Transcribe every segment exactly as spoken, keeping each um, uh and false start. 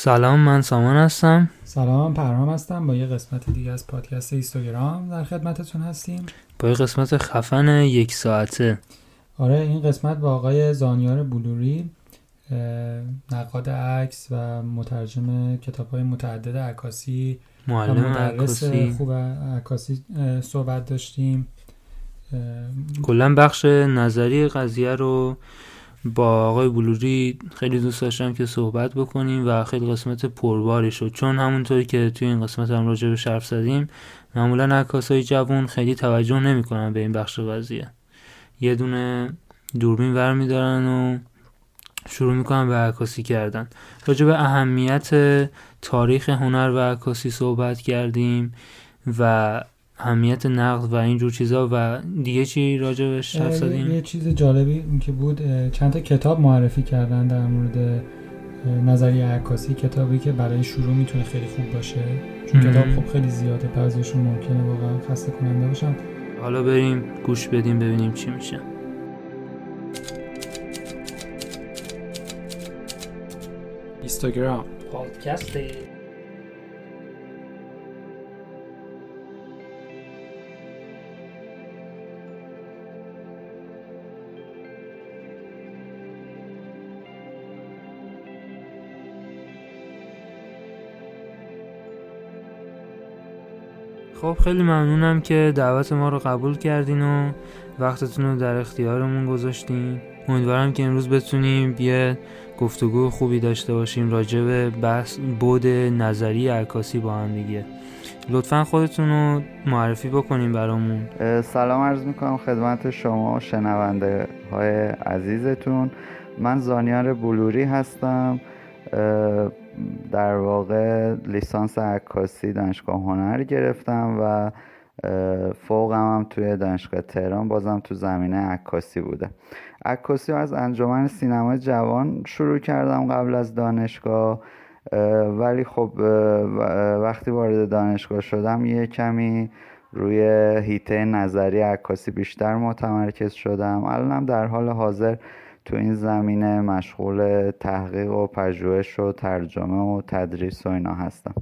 سلام، من سامان هستم. سلام، پرهام هستم. با یه قسمت دیگه از پادکست اینستاگرام در خدمتتون هستیم. با یه قسمت خفن یک ساعته. آره، این قسمت با آقای زانیار بلوری، نقاد عکس و مترجم کتاب‌های متعدد عکاسی و معلم مدرس عکاسی. خوب عکاسی صحبت داشتیم. کلا بخش نظری قضیه رو با آقای بلوری خیلی دوست داشتم که صحبت بکنیم و خیلی قسمت پرباری شد، چون همونطوری که توی این قسمت هم راجع به حرف زدیم، معمولا عکاسای جوان خیلی توجه نمی‌کنن به این بخش قضیه. یه دونه دوربین برمی‌دارن و شروع میکنم به عکاسی کردن. راجع به اهمیت تاریخ هنر و عکاسی صحبت کردیم و اهمیت نقد و اینجور چیزا و دیگه چی راجع بهش حرف زدیم. یه چیز جالبی این که بود، چند تا کتاب معرفی کردن در مورد نظریه عکاسی، کتابی که برای شروع میتونه خیلی خوب باشه، چون ام. کتاب خب خیلی زیاده، بعضیشون ممکنه واقعا خسته کننده باشن. حالا بریم گوش بدیم ببینیم چی میشه. اینستاگرام پادکستی. خب خیلی ممنونم که دعوت ما رو قبول کردین و وقتتون رو در اختیارمون گذاشتین. امیدوارم که امروز بتونیم یه گفتگو خوبی داشته باشیم راجع به بحث بود نظری عکاسی با هم دیگه. لطفاً خودتون رو معرفی بکنیم برامون. سلام عرض میکنم خدمت شما شنونده های عزیزتون. من زانیار بلوری هستم. در واقع لیسانس عکاسی دانشگاه هنر گرفتم و فوقم هم توی دانشگاه تهران بازم تو زمینه عکاسی بوده. عکاسی رو از انجمن سینما جوان شروع کردم قبل از دانشگاه، ولی خب وقتی وارد دانشگاه شدم یه کمی روی حیطه نظری عکاسی بیشتر متمرکز شدم. الانم در حال حاضر تو این زمینه مشغول تحقیق و پژوهش و ترجمه و تدریس و اینا هستم.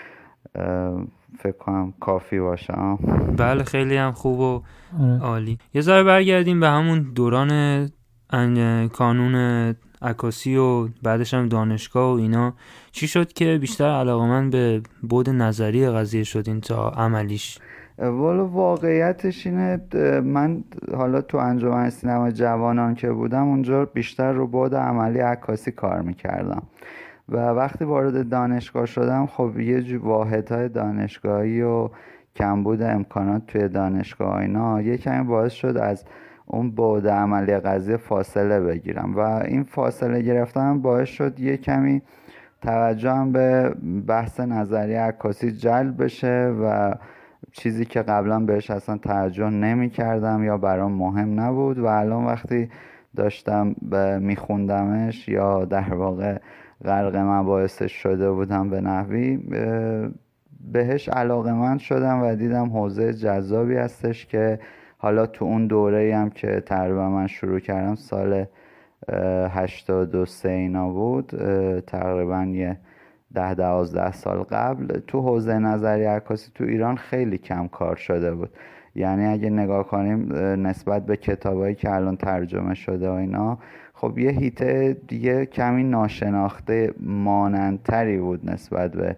فکر کنم کافی باشه. بله، خیلی هم خوب و عالی. یه ذره برگردیم به همون دوران کانون عکاسی و بعدش هم دانشگاه و اینا. چی شد که بیشتر علاقه‌مند به بعد نظری قضیه شدین تا عملیش؟ والا واقعیتش اینه، من حالا تو انجمن سینما جوانان که بودم اونجا بیشتر رو بعد عملی عکاسی کار میکردم و وقتی وارد دانشگاه شدم خب یه جو واحدهای دانشگاهی و کمبود امکانات توی دانشگاه اینا یه کمی باعث شد از اون بعد عملی قضیه فاصله بگیرم و این فاصله گرفتن باعث شد یه کمی توجهم به بحث نظری عکاسی جلب بشه و چیزی که قبلا بهش اصلا توجه نمی کردم یا برام مهم نبود و الان وقتی داشتم میخوندمش یا در واقع غرق مباحثش شده بودم به نحوی بهش علاقه‌مند شدم و دیدم حوزه جذابی هستش که حالا تو اون دوره‌ای هم که تقریبا من شروع کردم سال هشتاد و سه اینا بود، تقریبا یه ده دوازده سال قبل، تو حوزه نظری عکاسی تو ایران خیلی کم کار شده بود. یعنی اگه نگاه کنیم نسبت به کتابایی که الان ترجمه شده و اینا، خب یه حیطه دیگه کمی ناشناخته مانندتری بود نسبت به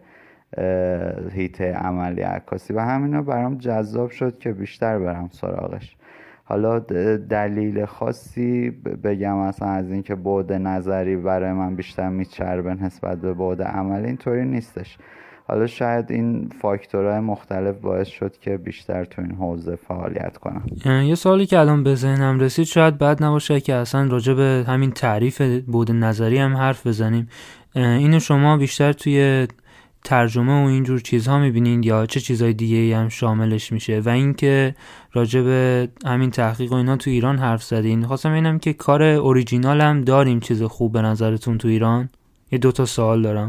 حیطه عملی عکاسی و همینا برام جذاب شد که بیشتر برم سراغش. حالا دلیل خاصی بگم اصلا از اینکه بعد نظری برای من بیشتر میچربه نسبت به بعد عملی، اینطوری نیستش. حالا شاید این فاکتورهای مختلف باعث شد که بیشتر تو این حوزه فعالیت کنم. یه سوالی که الان به ذهنم رسید، شاید بد نباشه که اصلا راجع به همین تعریف بعد نظری هم حرف بزنیم. اینو شما بیشتر توی ترجمه و اینجور چیزها میبینین یا چه چیزهای دیگه هم شاملش میشه؟ و اینکه راجع به همین تحقیق و اینا تو ایران حرف زدین، خواستم ببینم که کار اوریجینال هم داریم چیز خوب به نظرتون تو ایران؟ یه دو تا سوال دارم.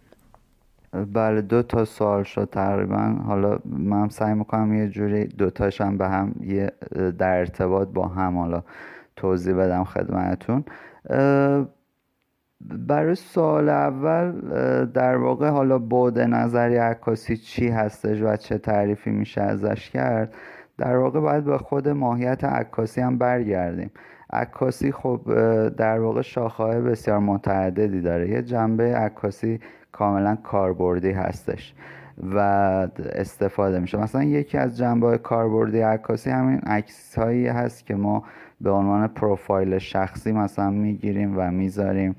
بله، دو تا سوال شد تقریبا. حالا من سعی میکنم یه جوری دوتاشم به هم یه در ارتباط با هم حالا توضیح بدم خدمتتون. برای سوال اول در واقع حالا بعد نظری عکاسی چی هستش و چه تعریفی میشه ازش کرد، در واقع باید به خود ماهیت عکاسی هم برگردیم. عکاسی خب در واقع شاخه‌های بسیار متعددی داره. یه جنبه عکاسی کاملا کاربردی هستش و استفاده میشه. مثلا یکی از جنبه‌های کاربردی عکاسی همین عکس‌هایی هست که ما به عنوان پروفایل شخصی مثلا میگیریم و میذاریم،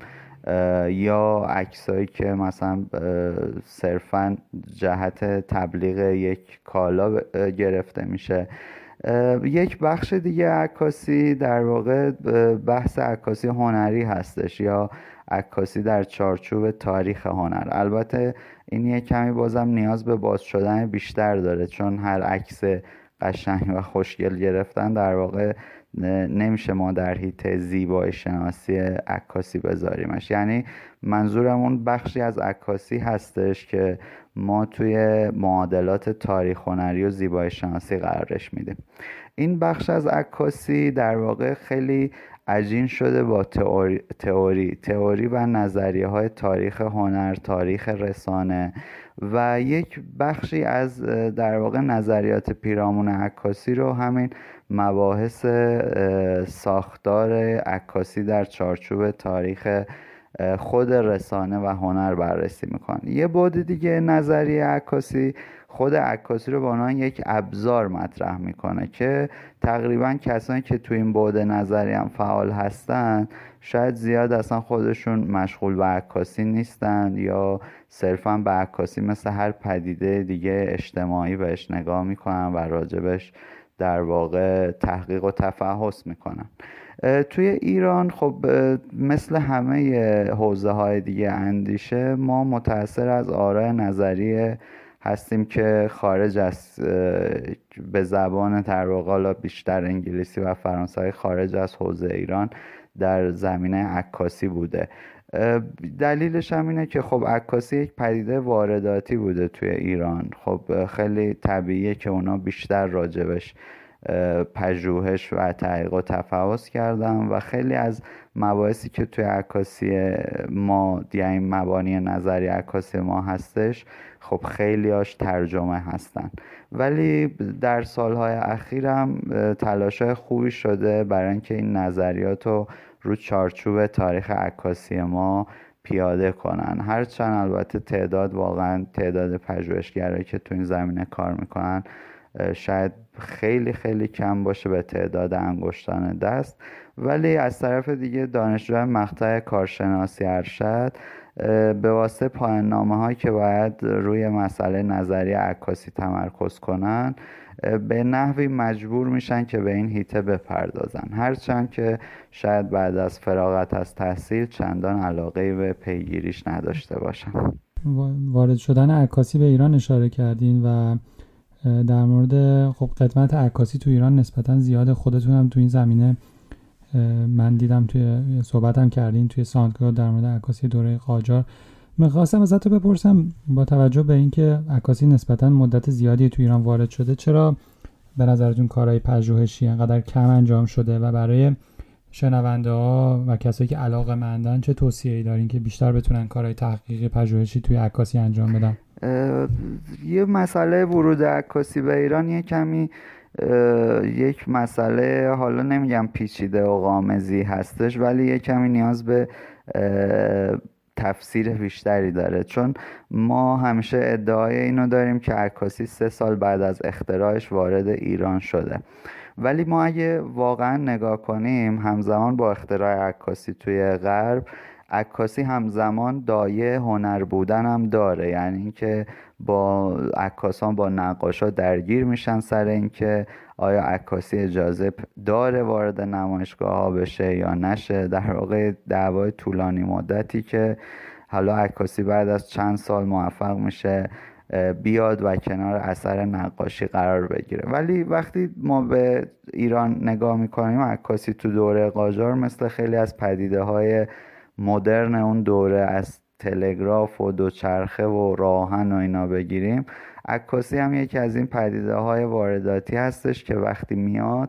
یا عکسایی که مثلا صرفاً جهت تبلیغ یک کالا گرفته میشه. یک بخش دیگه عکاسی در واقع بحث عکاسی هنری هستش یا عکاسی در چارچوب تاریخ هنر. البته این یک کمی بازم نیاز به باز شدن بیشتر داره، چون هر عکس قشنگ و خوشگل گرفتن در واقع نمیشه ما در حیطه زیبایی شناسی عکاسی بذاریمش. یعنی منظورمون بخشی از عکاسی هستش که ما توی معادلات تاریخ هنری و زیبایی شناسی قرارش میدیم. این بخش از عکاسی در واقع خیلی عجین شده با تئوری تئوری تئوری و نظریه های تاریخ هنر، تاریخ رسانه و یک بخشی از در واقع نظریات پیرامون عکاسی رو همین مباحث ساختار عکاسی در چارچوب تاریخ خود رسانه و هنر بررسی میکنه. یه بعد دیگه نظریه عکاسی خود عکاسی رو به عنوان یک ابزار مطرح میکنه که تقریبا کسانی که تو این بعد نظری هم فعال هستن شاید زیاد اصلا خودشون مشغول به عکاسی نیستن یا صرفا به عکاسی مثل هر پدیده دیگه اجتماعی بهش نگاه میکنن و راجبش در واقع تحقیق و تفحص میکنن. توی ایران خب مثل همه حوزه های دیگه اندیشه ما متأثر از آراء نظریه هستیم که خارج از به زبان در واقع بیشتر انگلیسی و فرانسوی خارج از حوزه ایران در زمینه عکاسی بوده. دلیلش هم اینه که خب عکاسی یک پدیده وارداتی بوده توی ایران. خب خیلی طبیعیه که اونا بیشتر راجبش پژوهش و تحقیق و تفحص کردن و خیلی از مباحثی که توی عکاسی ما، یعنی مبانی نظری عکاسی ما هستش، خب خیلی هاش ترجمه هستن. ولی در سالهای اخیر هم تلاشای خوبی شده برای اینکه این نظریات رو رو چارچوب تاریخ عکاسی ما پیاده کنن. هرچند البته تعداد واقعا تعداد پژوهشگرایی که تو این زمینه کار میکنن شاید خیلی خیلی کم باشه به تعداد انگشتان دست، ولی از طرف دیگه دانشجوی مقطع کارشناسی ارشد به واسطه پایان نامه هایی که باید روی مسئله نظری عکاسی تمرکز کنن به نحوی مجبور میشن که به این حیطه بپردازن، هرچند که شاید بعد از فراغت از تحصیل چندان علاقه به پیگیریش نداشته باشن. وارد شدن عکاسی به ایران اشاره کردین و در مورد خب خدمت عکاسی تو ایران نسبتا زیاده. خودتون هم تو این زمینه من دیدم توی صحبتم کردین توی ساندکلاود در مورد عکاسی دوره قاجار. می‌خواستم ازت بپرسم با توجه به اینکه عکاسی نسبتا مدت زیادی تو ایران وارد شده، چرا به نظرتون کارهای پژوهشی انقدر کم انجام شده و برای شنونده‌ها و کسایی که علاقه‌مندن چه توصیه‌ای دارین که بیشتر بتونن کارهای تحقیقی پژوهشی توی عکاسی انجام بدن؟ یه مسئله ورود عکاسی به ایران یه کمی یک مسئله، حالا نمیگم پیچیده و غامضی هستش، ولی یه کمی نیاز به تفسیر بیشتری داره، چون ما همیشه ادعای اینو داریم که عکاسی سه سال بعد از اختراعش وارد ایران شده، ولی ما اگه واقعا نگاه کنیم همزمان با اختراع عکاسی توی غرب، عکاسی همزمان دایه هنر بودن هم داره. یعنی اینکه با عکاسان با نقاشا درگیر میشن سر اینکه آیا عکاسی اجازه داره وارد نمایشگاه ها بشه یا نشه. در واقع دعوای طولانی مدتی که حالا عکاسی بعد از چند سال موفق میشه بیاد و کنار اثر نقاشی قرار بگیره. ولی وقتی ما به ایران نگاه میکنیم، عکاسی تو دوره قاجار مثل خیلی از پدیده های مدرن اون دوره، از تلگراف و دوچرخه و راهن و اینا بگیریم، عکاسی هم یکی از این پدیده های وارداتی هستش که وقتی میاد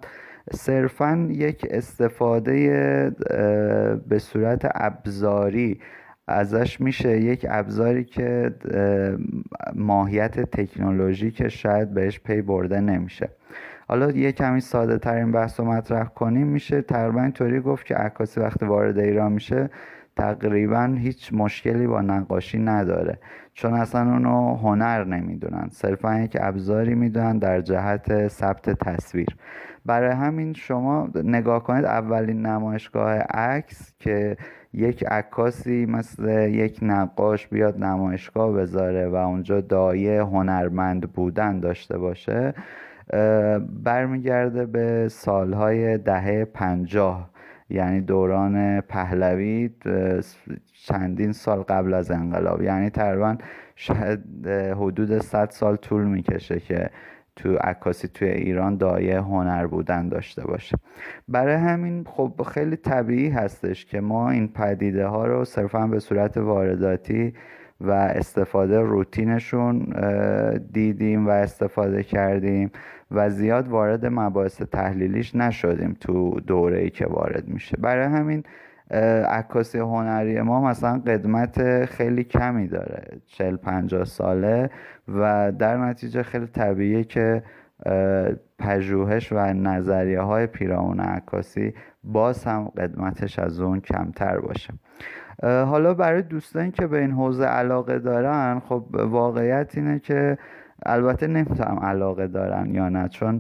صرفاً یک استفاده به صورت ابزاری ازش میشه، یک ابزاری که ماهیت تکنولوژیک شاید بهش پی برده نمیشه. حالا یه کمی ساده ترین بحث رو مطرح کنیم، میشه تقریبا اینطوری گفت که عکاسی وقتی وارد ایران میشه تقریبا هیچ مشکلی با نقاشی نداره، چون اصلا اونو هنر نمیدونن، صرفا یک ابزاری میدونن در جهت ثبت تصویر. برای همین شما نگاه کنید اولین نمایشگاه عکس که یک عکاسی مثل یک نقاش بیاد نمایشگاه بذاره و اونجا دایه هنرمند بودن داشته باشه، برمیگرده به سالهای دهه پنجاه، یعنی دوران پهلوی، چندین سال قبل از انقلاب. یعنی تقریبا شاید حدود صد سال طول میکشه که تو عکاسی توی ایران دایه هنر بودن داشته باشه. برای همین خب خیلی طبیعی هستش که ما این پدیده ها رو صرفا به صورت وارداتی و استفاده روتینشون دیدیم و استفاده کردیم و زیاد وارد مباحث تحلیلیش نشدیم تو دوره‌ای که وارد میشه. برای همین عکاسی هنری ما مثلا قدمت خیلی کمی داره، چهل پنجاه ساله، و در نتیجه خیلی طبیعیه که پژوهش و نظریه های پیرامون عکاسی باز هم قدمتش از اون کمتر باشه. حالا برای دوستانی که به این حوزه علاقه دارن، خب واقعیت اینه که البته نمیتونم علاقه دارن یا نه، چون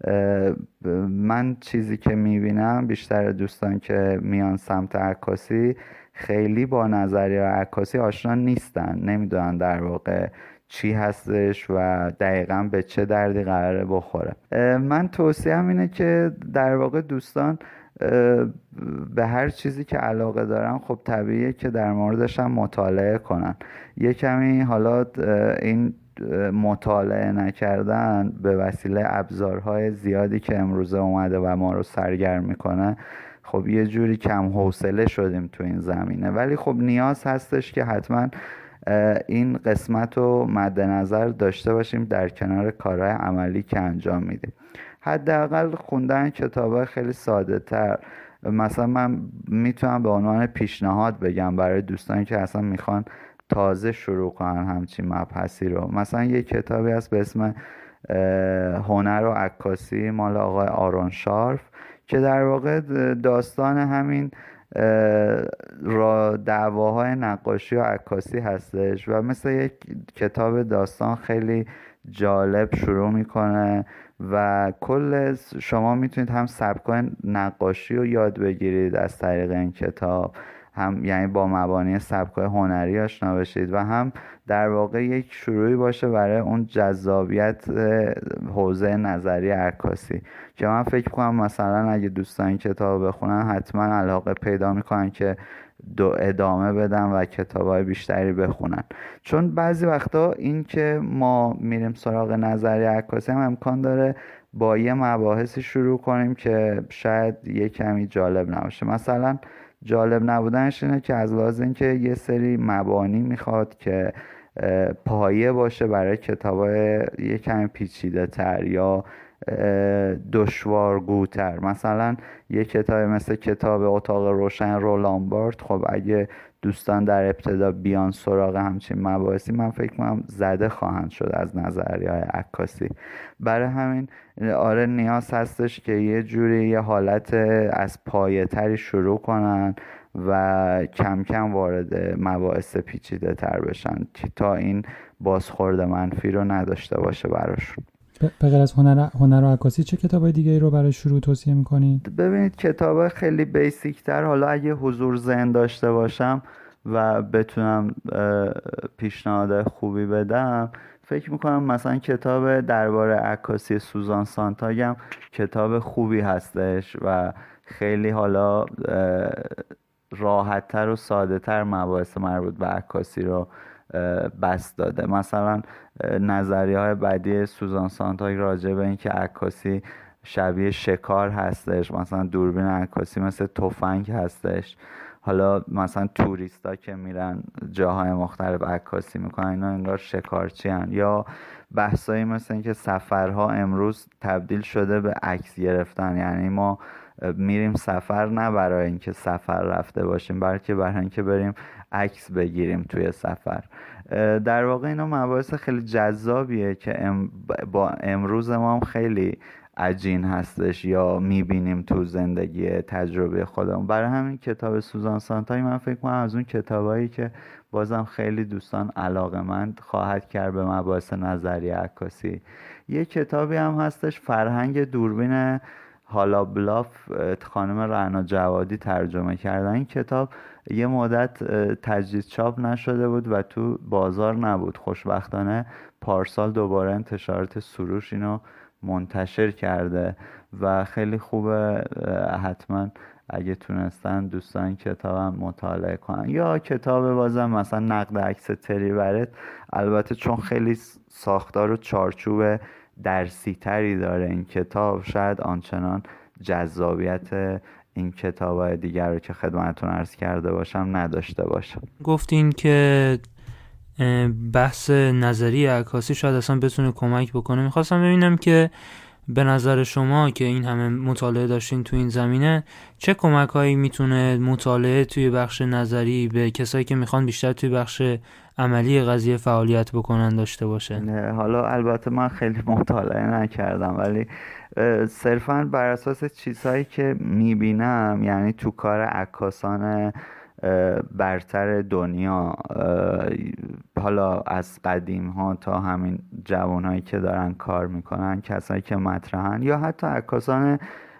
من چیزی که میبینم بیشتر دوستان که میان سمت عکاسی خیلی با نظریه عکاسی آشنا نیستن، نمیدونن در واقع چی هستش و دقیقا به چه دردی قراره بخوره. من توصیهم اینه که در واقع دوستان به هر چیزی که علاقه دارن خب طبیعیه که در موردش هم مطالعه کنن. یه کمی حالا این مطالعه نکردن به وسیله ابزارهای زیادی که امروزه اومده و ما رو سرگرم میکنه، خب یه جوری کم حوصله شدیم تو این زمینه. ولی خب نیاز هستش که حتما این قسمت رو مد نظر داشته باشیم در کنار کارهای عملی که انجام میدیم. حداقل خوندن کتابای خیلی ساده تر، مثلا من میتونم به عنوان پیشنهاد بگم برای دوستانی که اصلا میخوان تازه شروع کنن همچین مبحثی رو، مثلا یه کتابی هست به اسم هنر و عکاسی مال آقای آرون شارف که در واقع داستان همین را دعواهای نقاشی و عکاسی هستش و مثل یک کتاب داستان خیلی جالب شروع میکنه و کل شما میتونید هم سبکای نقاشی رو یاد بگیرید از طریق این کتاب، هم یعنی با مبانی سبکای هنری آشنا بشید و هم در واقع یک شروعی باشه برای اون جذابیت حوزه نظری عکاسی که من فکر کنم مثلا اگه دوستان این کتاب بخونن حتما علاقه پیدا میکنن که دو ادامه بدن و کتابای بیشتری بخونن. چون بعضی وقتا این که ما میریم سراغ نظریه عکاسی هم امکان داره با یه مباحثی شروع کنیم که شاید یه کمی جالب نباشه. مثلا جالب نبودنش اینه که از لحاظ اینکه یه سری مبانی میخواد که پایه باشه برای کتابای یه کمی پیچیده تر یا دشوارگوتر. مثلا یه کتاب مثل کتاب اتاق روشن رولان بارت، خب اگه دوستان در ابتدا بیان سراغ همچین مباحثی من فکر کنم زده خواهند شد از نظریه‌های عکاسی. برای همین آره نیاز هستش که یه جوری یه حالت از پایه تری شروع کنن و کم کم وارد مباحث پیچیده تر بشن تا این بازخورد منفی رو نداشته باشه براشون. به غیر از هنر هنر و عکاسی چه کتابای دیگه‌ای رو برای شروع توصیه می‌کنید؟ ببینید کتاب خیلی بیسیک تر، حالا اگه حضور ذهن داشته باشم و بتونم پیشنهاد خوبی بدم، فکر میکنم مثلا کتاب درباره عکاسی سوزان سانتاگ هم کتاب خوبی هستش و خیلی حالا راحت‌تر و ساده‌تر مباحث مربوط به عکاسی رو بس داده. مثلا نظریه های بعدی سوزان سانتاگ راجع به این که عکاسی شبیه شکار هستش، مثلا دوربین عکاسی مثل تفنگ هستش. حالا مثلا توریستا که میرن جاهای مختلف عکاسی میکنن اینا انگار شکارچی هن. یا بحثایی مثل این که سفرها امروز تبدیل شده به عکس گرفتن، یعنی ما میریم سفر نه برای اینکه سفر رفته باشیم بلکه برای اینکه بریم عکس بگیریم توی سفر. در واقع اینا مباحث خیلی جذابیه که ام با امروز ما هم خیلی عجین هستش یا میبینیم تو زندگی تجربه خودمون. برای همین کتاب سوزان سانتای من فکر کنم از اون کتابایی که بازم خیلی دوستان علاقه‌مند خواهد کرد به مباحث نظریه عکاسی. یه کتابی هم هستش فرهنگ دوربین هالا بلاف، خانم رعنا جوادی ترجمه کردن. این کتاب یه مدت تجدید چاپ نشده بود و تو بازار نبود. خوشبختانه پارسال دوباره انتشارات سروش اینو منتشر کرده و خیلی خوبه. حتما اگه تونستن دوستان کتابم مطالعه کنن. یا کتاب بازم مثلا نقد عکس تری برت، البته چون خیلی ساختار و چارچوب درسی تری داره این کتاب، شاید آنچنان جذابیت این کتابای دیگر رو که خدمتتون عرض کرده باشم نداشته باشم. گفتین که بحث نظریه عکاسی شاید اصلا بتونه کمک بکنه. میخواستم ببینم که به نظر شما که این همه مطالعه داشتین تو این زمینه، چه کمک هایی میتونه مطالعه توی بخش نظری به کسایی که میخوان بیشتر توی بخش عملی قضیه فعالیت بکنن داشته باشه؟ حالا البته من خیلی مطالعه نکردم ولی صرفاً بر اساس چیزهایی که میبینم، یعنی تو کار عکاسان برتر دنیا، حالا از قدیم ها تا همین جوان هایی که دارن کار میکنن، کسایی که مطرحن، یا حتی عکاسان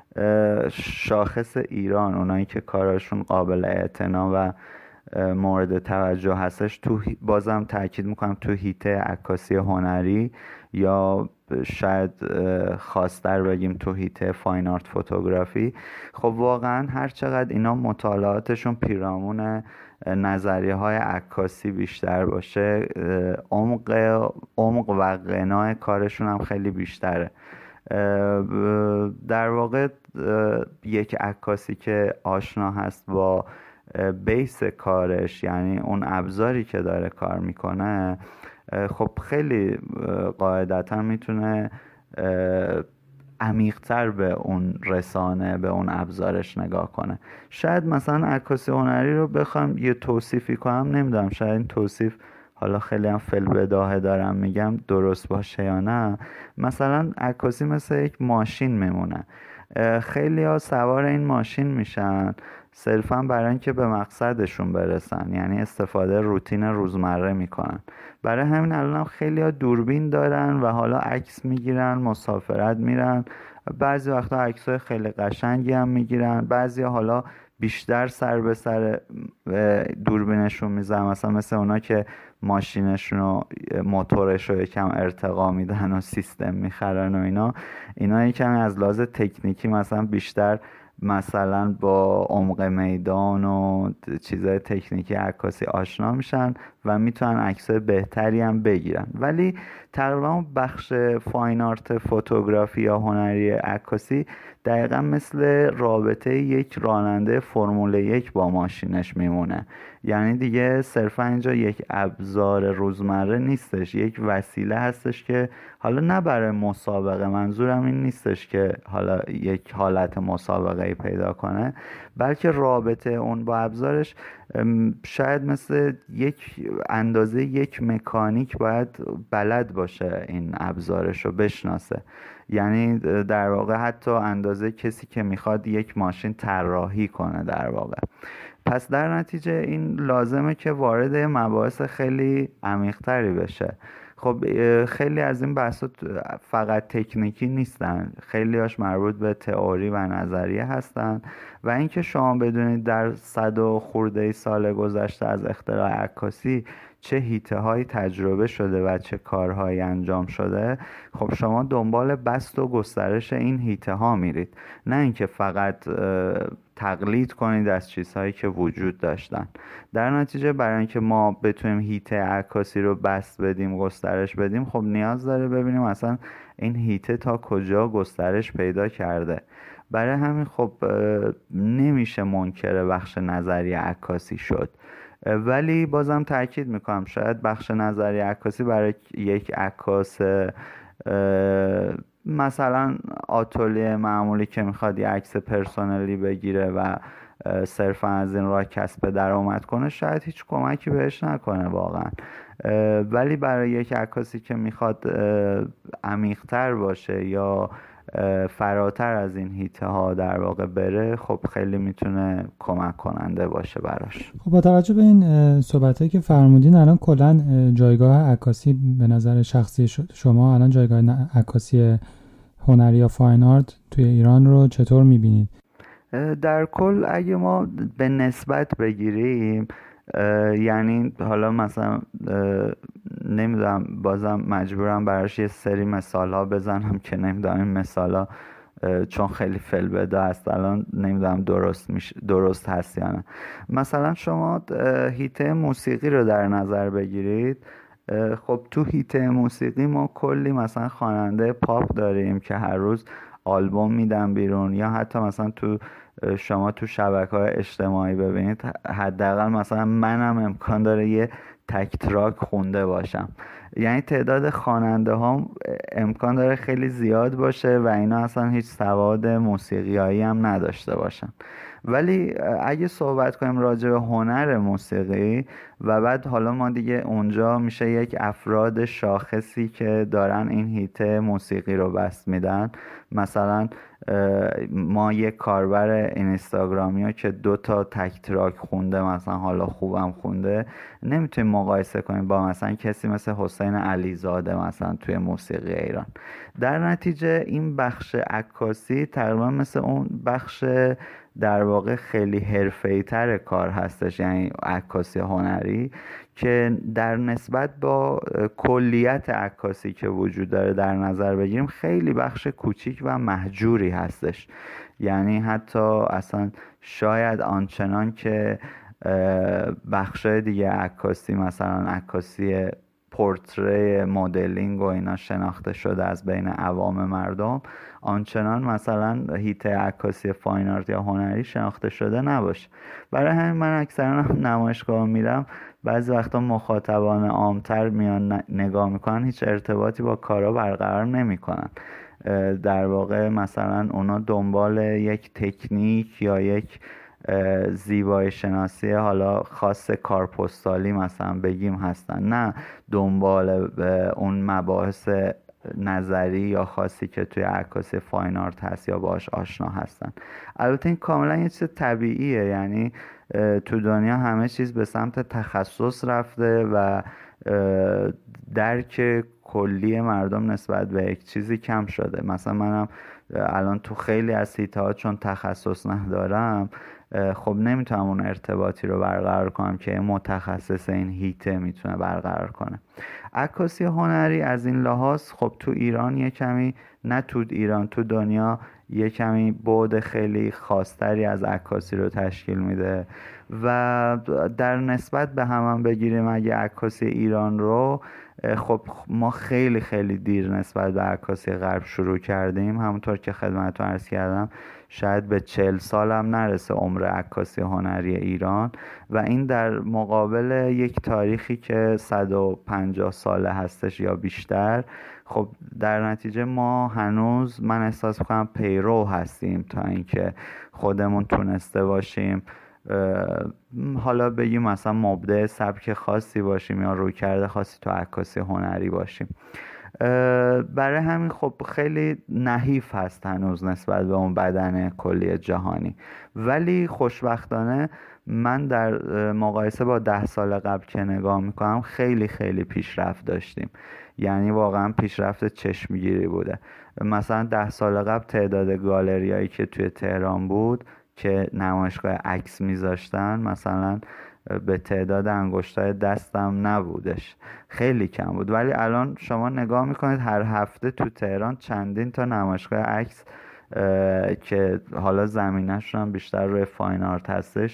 شاخص ایران، اونایی که کاراشون قابل اعتنا و مورد توجه هستش، تو بازم تاکید میکنم تو حیطه عکاسی هنری یا شاید خاص‌تر بگیم تو حیطه فاین آرت فوتوگرافی، خب واقعا هر چقدر اینا مطالعاتشون پیرامون نظریه های عکاسی بیشتر باشه، عمق عمق و غنا کارشون هم خیلی بیشتره. در واقع یک عکاسی که آشنا هست با بیس کارش، یعنی اون ابزاری که داره کار میکنه، خب خیلی قاعدتا میتونه عمیق‌تر به اون رسانه، به اون ابزارش نگاه کنه. شاید مثلا عکاسی هنری رو بخوام یه توصیفی کنم، نمیدونم شاید این توصیف حالا خیلی هم فی‌البداهه دارم میگم درست باشه یا نه. مثلا عکاسی مثل یک ماشین میمونه، خیلی ها سوار این ماشین میشن صرفا برای اینکه به مقصدشون برسن، یعنی استفاده روتین روزمره میکنن. برای همین الان هم خیلی ها دوربین دارن و حالا عکس میگیرن، مسافرت میرن، بعضی وقتا عکسای خیلی قشنگی هم میگیرن، بعضی حالا بیشتر سر به سر دوربینشون میزنن، مثلا مثل اونا که ماشینشون و موتورش رو یکم ارتقا میدن و سیستم میخرن و اینا اینا یکم از لحاظ تکنیکی مثلا بیشتر مثلا با عمق میدان و چیزای تکنیکی عکاسی آشنا میشن و میتونن عکسای بهتری هم بگیرن. ولی تقریبا بخش فاین آرت فوتوگرافی یا هنری عکاسی دقیقا مثل رابطه یک راننده فرمول یک با ماشینش میمونه، یعنی دیگه صرفا اینجا یک ابزار روزمره نیستش، یک وسیله هستش که حالا نه برای مسابقه، منظورم این نیستش که حالا یک حالت مسابقه پیدا کنه، بلکه رابطه اون با ابزارش شاید مثل یک اندازه یک مکانیک باید بلد باشه این ابزارش رو بشناسه، یعنی در واقع حتی اندازه کسی که میخواد یک ماشین طراحی کنه در واقع. پس در نتیجه این لازمه که وارد مباحث خیلی عمیق‌تری بشه. خب خیلی از این بحثا فقط تکنیکی نیستن، خیلی هاش مربوط به تئوری و نظریه هستن و اینکه شما بدونید در صد و خورده سال گذشته از اختراع عکاسی چه حیطه هایی تجربه شده و چه کارهایی انجام شده، خب شما دنبال بسط و گسترش این حیطه ها میرید، نه اینکه فقط تقلید کنید از چیزهایی که وجود داشتن. در نتیجه برای اینکه ما بتونیم حیطه عکاسی رو بسط بدیم، گسترش بدیم، خب نیاز داره ببینیم اصلا این حیطه تا کجا گسترش پیدا کرده. برای همین خب نمیشه منکر بخش نظری عکاسی شد. ولی بازم تاکید میکنم شاید بخش نظری عکاسی برای یک عکاس مثلا آتلیه معمولی که میخواد یه عکس پرسونلی بگیره و صرفا از این راه کسب درآمد کنه شاید هیچ کمکی بهش نکنه واقعا. ولی برای یک عکاسی که میخواد عمیق‌تر باشه یا فراتر از این حیطه ها در واقع بره، خب خیلی میتونه کمک کننده باشه براش. خب با توجه به این صحبتایی که فرمودین، الان کلا جایگاه عکاسی به نظر شخصی شما الان جایگاه عکاسی هنری یا فاین آرت توی ایران رو چطور میبینید؟ در کل اگه ما به نسبت بگیریم، یعنی حالا مثلا نمیدونم، بازم مجبورم براش یه سری مثال ها بزنم که نمیدونم این مثال ها چون خیلی فلبده است الان نمیدونم درست میشه درست هست یا نه. مثلا شما حیطه موسیقی رو در نظر بگیرید، خب تو حیطه موسیقی ما کلی مثلا خواننده پاپ داریم که هر روز آلبوم میدن بیرون، یا حتی مثلا تو شما تو شبکه‌های اجتماعی ببینید، حداقل مثلا منم امکان داره یه تک تراک خونده باشم. یعنی تعداد خواننده ها امکان داره خیلی زیاد باشه و اینا اصلا هیچ سواد موسیقیایی هم نداشته باشن. ولی اگه صحبت کنیم راجع به هنر موسیقی و بعد حالا ما دیگه اونجا میشه یک افراد شاخصی که دارن این حیطه موسیقی رو بس میدن. مثلا ما یک کاربر اینستاگرامی ها که دو تا تک تراک خونده، مثلا حالا خوبم خونده، نمیتونیم مقایسه کنیم با مثلا کسی مثل حسین علیزاده مثلا توی موسیقی ایران. در نتیجه این بخش عکاسی تقریبا مثل اون بخش در واقع خیلی حرفه‌ای تر کار هستش، یعنی عکاسی هنری، که در نسبت با کلیت عکاسی که وجود داره در نظر بگیریم خیلی بخش کوچیک و محجوری هستش. یعنی حتی اصلا شاید آنچنان که بخشای دیگه عکاسی، مثلا عکاسی پورتری، مدلینگ و اینا شناخته شده از بین عوام مردم، آنچنان مثلا حیطه عکاسی فاین آرت یا هنری شناخته شده نباشه. برای همین من اکثرا نمایشگاه میرم، بعضی وقتا مخاطبان عامتر میان نگاه میکنن، هیچ ارتباطی با کارا برقرار نمیکنن. در واقع مثلا اونا دنبال یک تکنیک یا یک زیبایی شناسی حالا خاص کارپستالی مثلا بگیم هستن، نه دنبال اون مباحث نظری یا خاصی که توی عکاسی فاین آرت هست یا باش آشنا هستن. البته این کاملا یه چیز طبیعیه، یعنی تو دنیا همه چیز به سمت تخصص رفته و درک کلی مردم نسبت به یک چیزی کم شده. مثلا منم الان تو خیلی از حیطه‌ها چون تخصص ندارم، خب نمیتونم اون ارتباطی رو برقرار کنم که متخصص این حیطه میتونه برقرار کنه. عکاسی هنری از این لحاظ خب تو ایران یه کمی، نه تو ایران، تو دنیا یه کمی بعد خیلی خاصتری از عکاسی رو تشکیل میده و در نسبت به هم, هم بگیریم اگه عکاسی ایران رو، خب ما خیلی خیلی دیر نسبت به عکاسی غرب شروع کردیم. همونطور که خدمتتون عرض کردم شاید به چهل سال هم نرسه عمر عکاسی هنری ایران و این در مقابل یک تاریخی که صد و پنجاه ساله هستش یا بیشتر. خب در نتیجه ما هنوز من احساس می‌کنم پیرو هستیم تا اینکه خودمون تونسته باشیم حالا بگیم مثلا مبدع سبک خاصی باشیم یا رویکرد خاصی تو عکاسی هنری باشیم. برای همین خب خیلی نحیف هست هنوز نسبت به اون بدن کلی جهانی. ولی خوشبختانه من در مقایسه با ده سال قبل که نگاه میکنم خیلی خیلی پیشرفت داشتیم، یعنی واقعا پیشرفت چشمگیری بوده. مثلا ده سال قبل تعداد گالریایی که توی تهران بود که نمایشگاه عکس میذاشتن مثلا به تعداد انگشتای دستم نبودش، خیلی کم بود. ولی الان شما نگاه میکنید هر هفته تو تهران چندین تا نمایشگاه عکس که حالا زمینه‌شون هم بیشتر روی فاین آرت هستش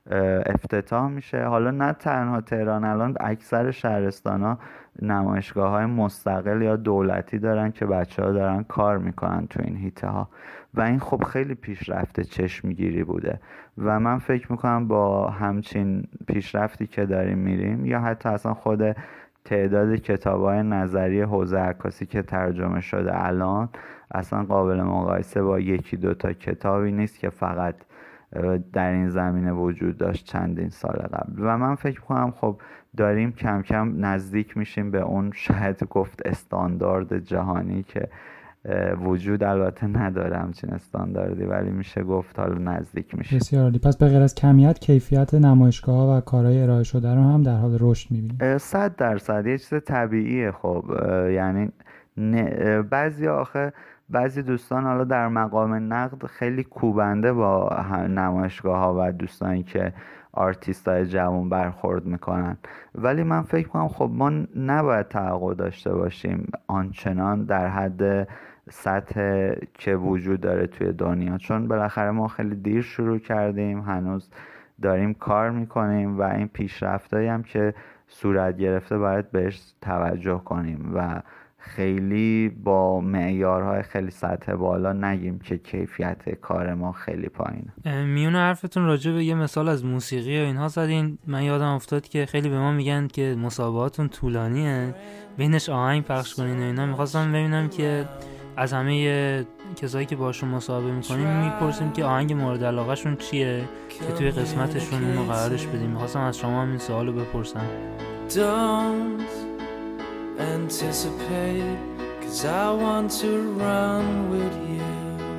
افتتاح میشه. حالا نه تنها تهران، الان اکثر شهرستانا نمایشگاه های مستقل یا دولتی دارن که بچه ها دارن کار میکنن تو این هیته ها و این خب خیلی پیشرفت چشمگیری بوده و من فکر میکنم با همچین پیشرفتی که داریم میریم یا حتی اصلا خود تعداد کتاب‌های نظری حوزه عکاسی که ترجمه شده الان اصلا قابل مقایسه با یکی دو تا کتابی نیست که فقط در این زمینه وجود داشت چندین سال قبل و من فکر کنم خب داریم کم کم نزدیک میشیم به اون شاید گفت استاندارد جهانی که وجود البته نداره همچین استانداردی ولی میشه گفت حالا نزدیک میشه. بسیار عالی. پس به غیر از کمیت کیفیت نمایشگاه‌ها و کارهای ارائه شده رو هم در حال رشد می‌بینید؟ صد درصد یه چیز طبیعیه. خب یعنی بعضی آخه بعضی دوستان حالا در مقام نقد خیلی کوبنده با نمایشگاه ها و دوستانی که آرتیست های جوان برخورد میکنن ولی من فکر کنم خب ما نباید توقع داشته باشیم آنچنان در حد سطح که وجود داره توی دنیا چون بالاخره ما خیلی دیر شروع کردیم هنوز داریم کار میکنیم و این پیشرفتایی هم که صورت گرفته باید بهش توجه کنیم و خیلی با معیارهای خیلی سطح بالا نگیم که کیفیت کار ما خیلی پایینه. میون حرفتون راجع به یه مثال از موسیقی و اینها زدین، من یادم افتاد که خیلی به ما میگن که مسابقاتون طولانیه بینش آهنگ پخش کنین و اینا. میخواستم ببینم که از همه کسایی که باشون مصاحبه میکنیم میپرسیم که آهنگ مورد علاقه شون چیه که توی قسمتشون اونو قرارش بدیم. میخواستم از شما هم این سوالو بپرسم. Don't anticipate, 'cause I want to run with you,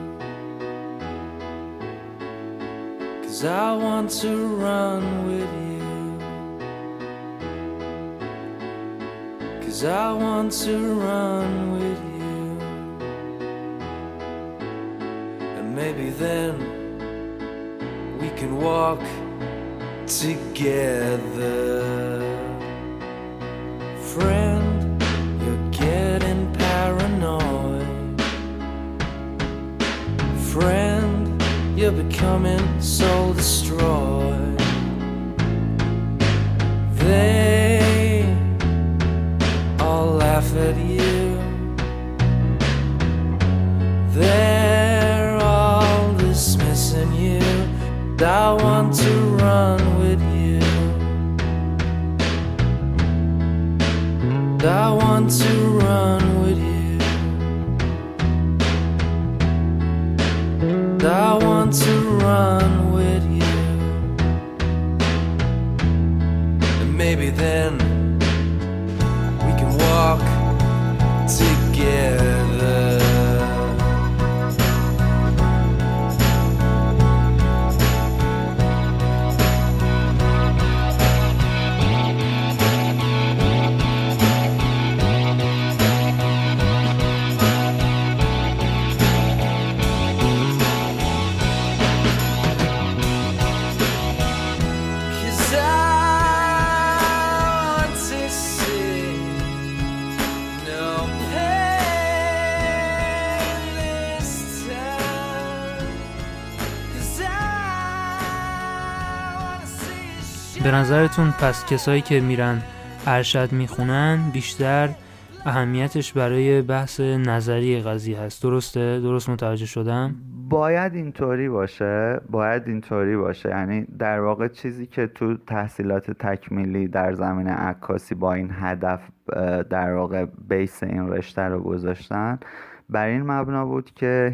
'cause I want to run with you, 'cause I want to run with you, and maybe then we can walk together. Friend, getting paranoid. Friend, you're becoming soul destroyed. They all laugh at you. They're all dismissing you. I want to run with you. I want to run with you. I want to run with you. And maybe then we can walk together. به نظرتون پس کسایی که میرن ارشد میخونن بیشتر اهمیتش برای بحث نظری قضیه هست، درسته؟ درست متوجه شدم؟ باید اینطوری باشه، باید اینطوری باشه. یعنی در واقع چیزی که تو تحصیلات تکمیلی در زمینه عکاسی با این هدف در واقع بیس این رشته رو گذاشتن بر این مبنا بود که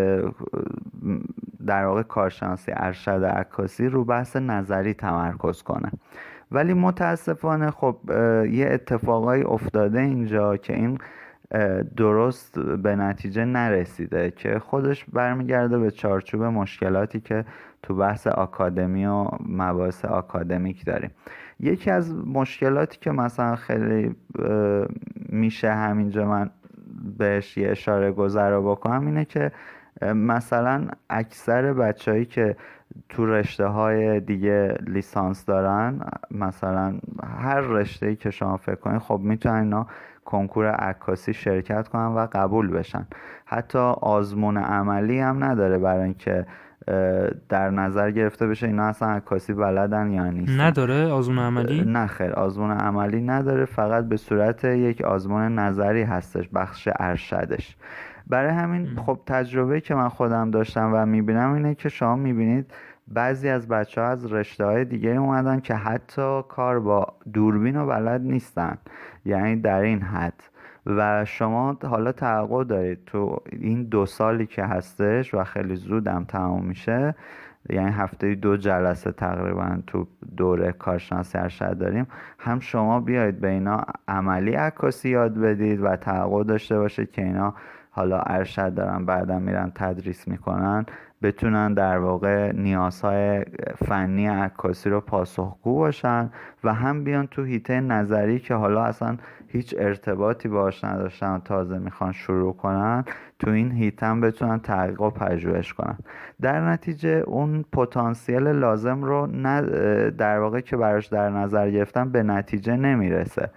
در واقع کارشناسی ارشد عکاسی رو بحث نظری تمرکز کنه. ولی متاسفانه خب یه اتفاقایی افتاده اینجا که این درست به نتیجه نرسیده که خودش برمیگرده به چارچوب مشکلاتی که تو بحث آکادمی و مباحث آکادمیک داریم. یکی از مشکلاتی که مثلا خیلی میشه همینجا من بهش یه اشاره گذرا بکنم اینه که مثلا اکثر بچه‌هایی که تو رشته های دیگه لیسانس دارن، مثلا هر رشته‌ای که شما فکر کنید، خب میتونن اینا کنکور عکاسی شرکت کنن و قبول بشن. حتی آزمون عملی هم نداره برای اینکه در نظر گرفته بشه اینا اصلا عکاسی بلدن یا نیستن. نداره آزمون عملی؟ نه خیر، آزمون عملی نداره، فقط به صورت یک آزمون نظری هستش بخش ارشدش. برای همین خب تجربه که من خودم داشتم و میبینم اینه که شما میبینید بعضی از بچه ها از رشته های دیگه اومدن که حتی کار با دوربین و بلد نیستن، یعنی در این حد. و شما حالا توقع دارید تو این دو سالی که هستش و خیلی زودم تمام میشه، یعنی هفته دو جلسه تقریبا تو دوره کارشناسی ارشد داریم، هم شما بیایید به اینا عملی عکاسی یاد بدید و توقع داشته باشید که اینا حالا ارشد دارن بعدا میرن تدریس میکنن بتونن در واقع نیازهای فنی عکاسی رو پاسخگو باشن و هم بیان تو حیطه نظری که حالا اصلا هیچ ارتباطی باهاش نداشتن و تازه میخوان شروع کنن تو این حیطه هم بتونن تحقیق و پژوهش کنن. در نتیجه اون پتانسیل لازم رو در واقع که براش در نظر گرفتن به نتیجه نمیرسه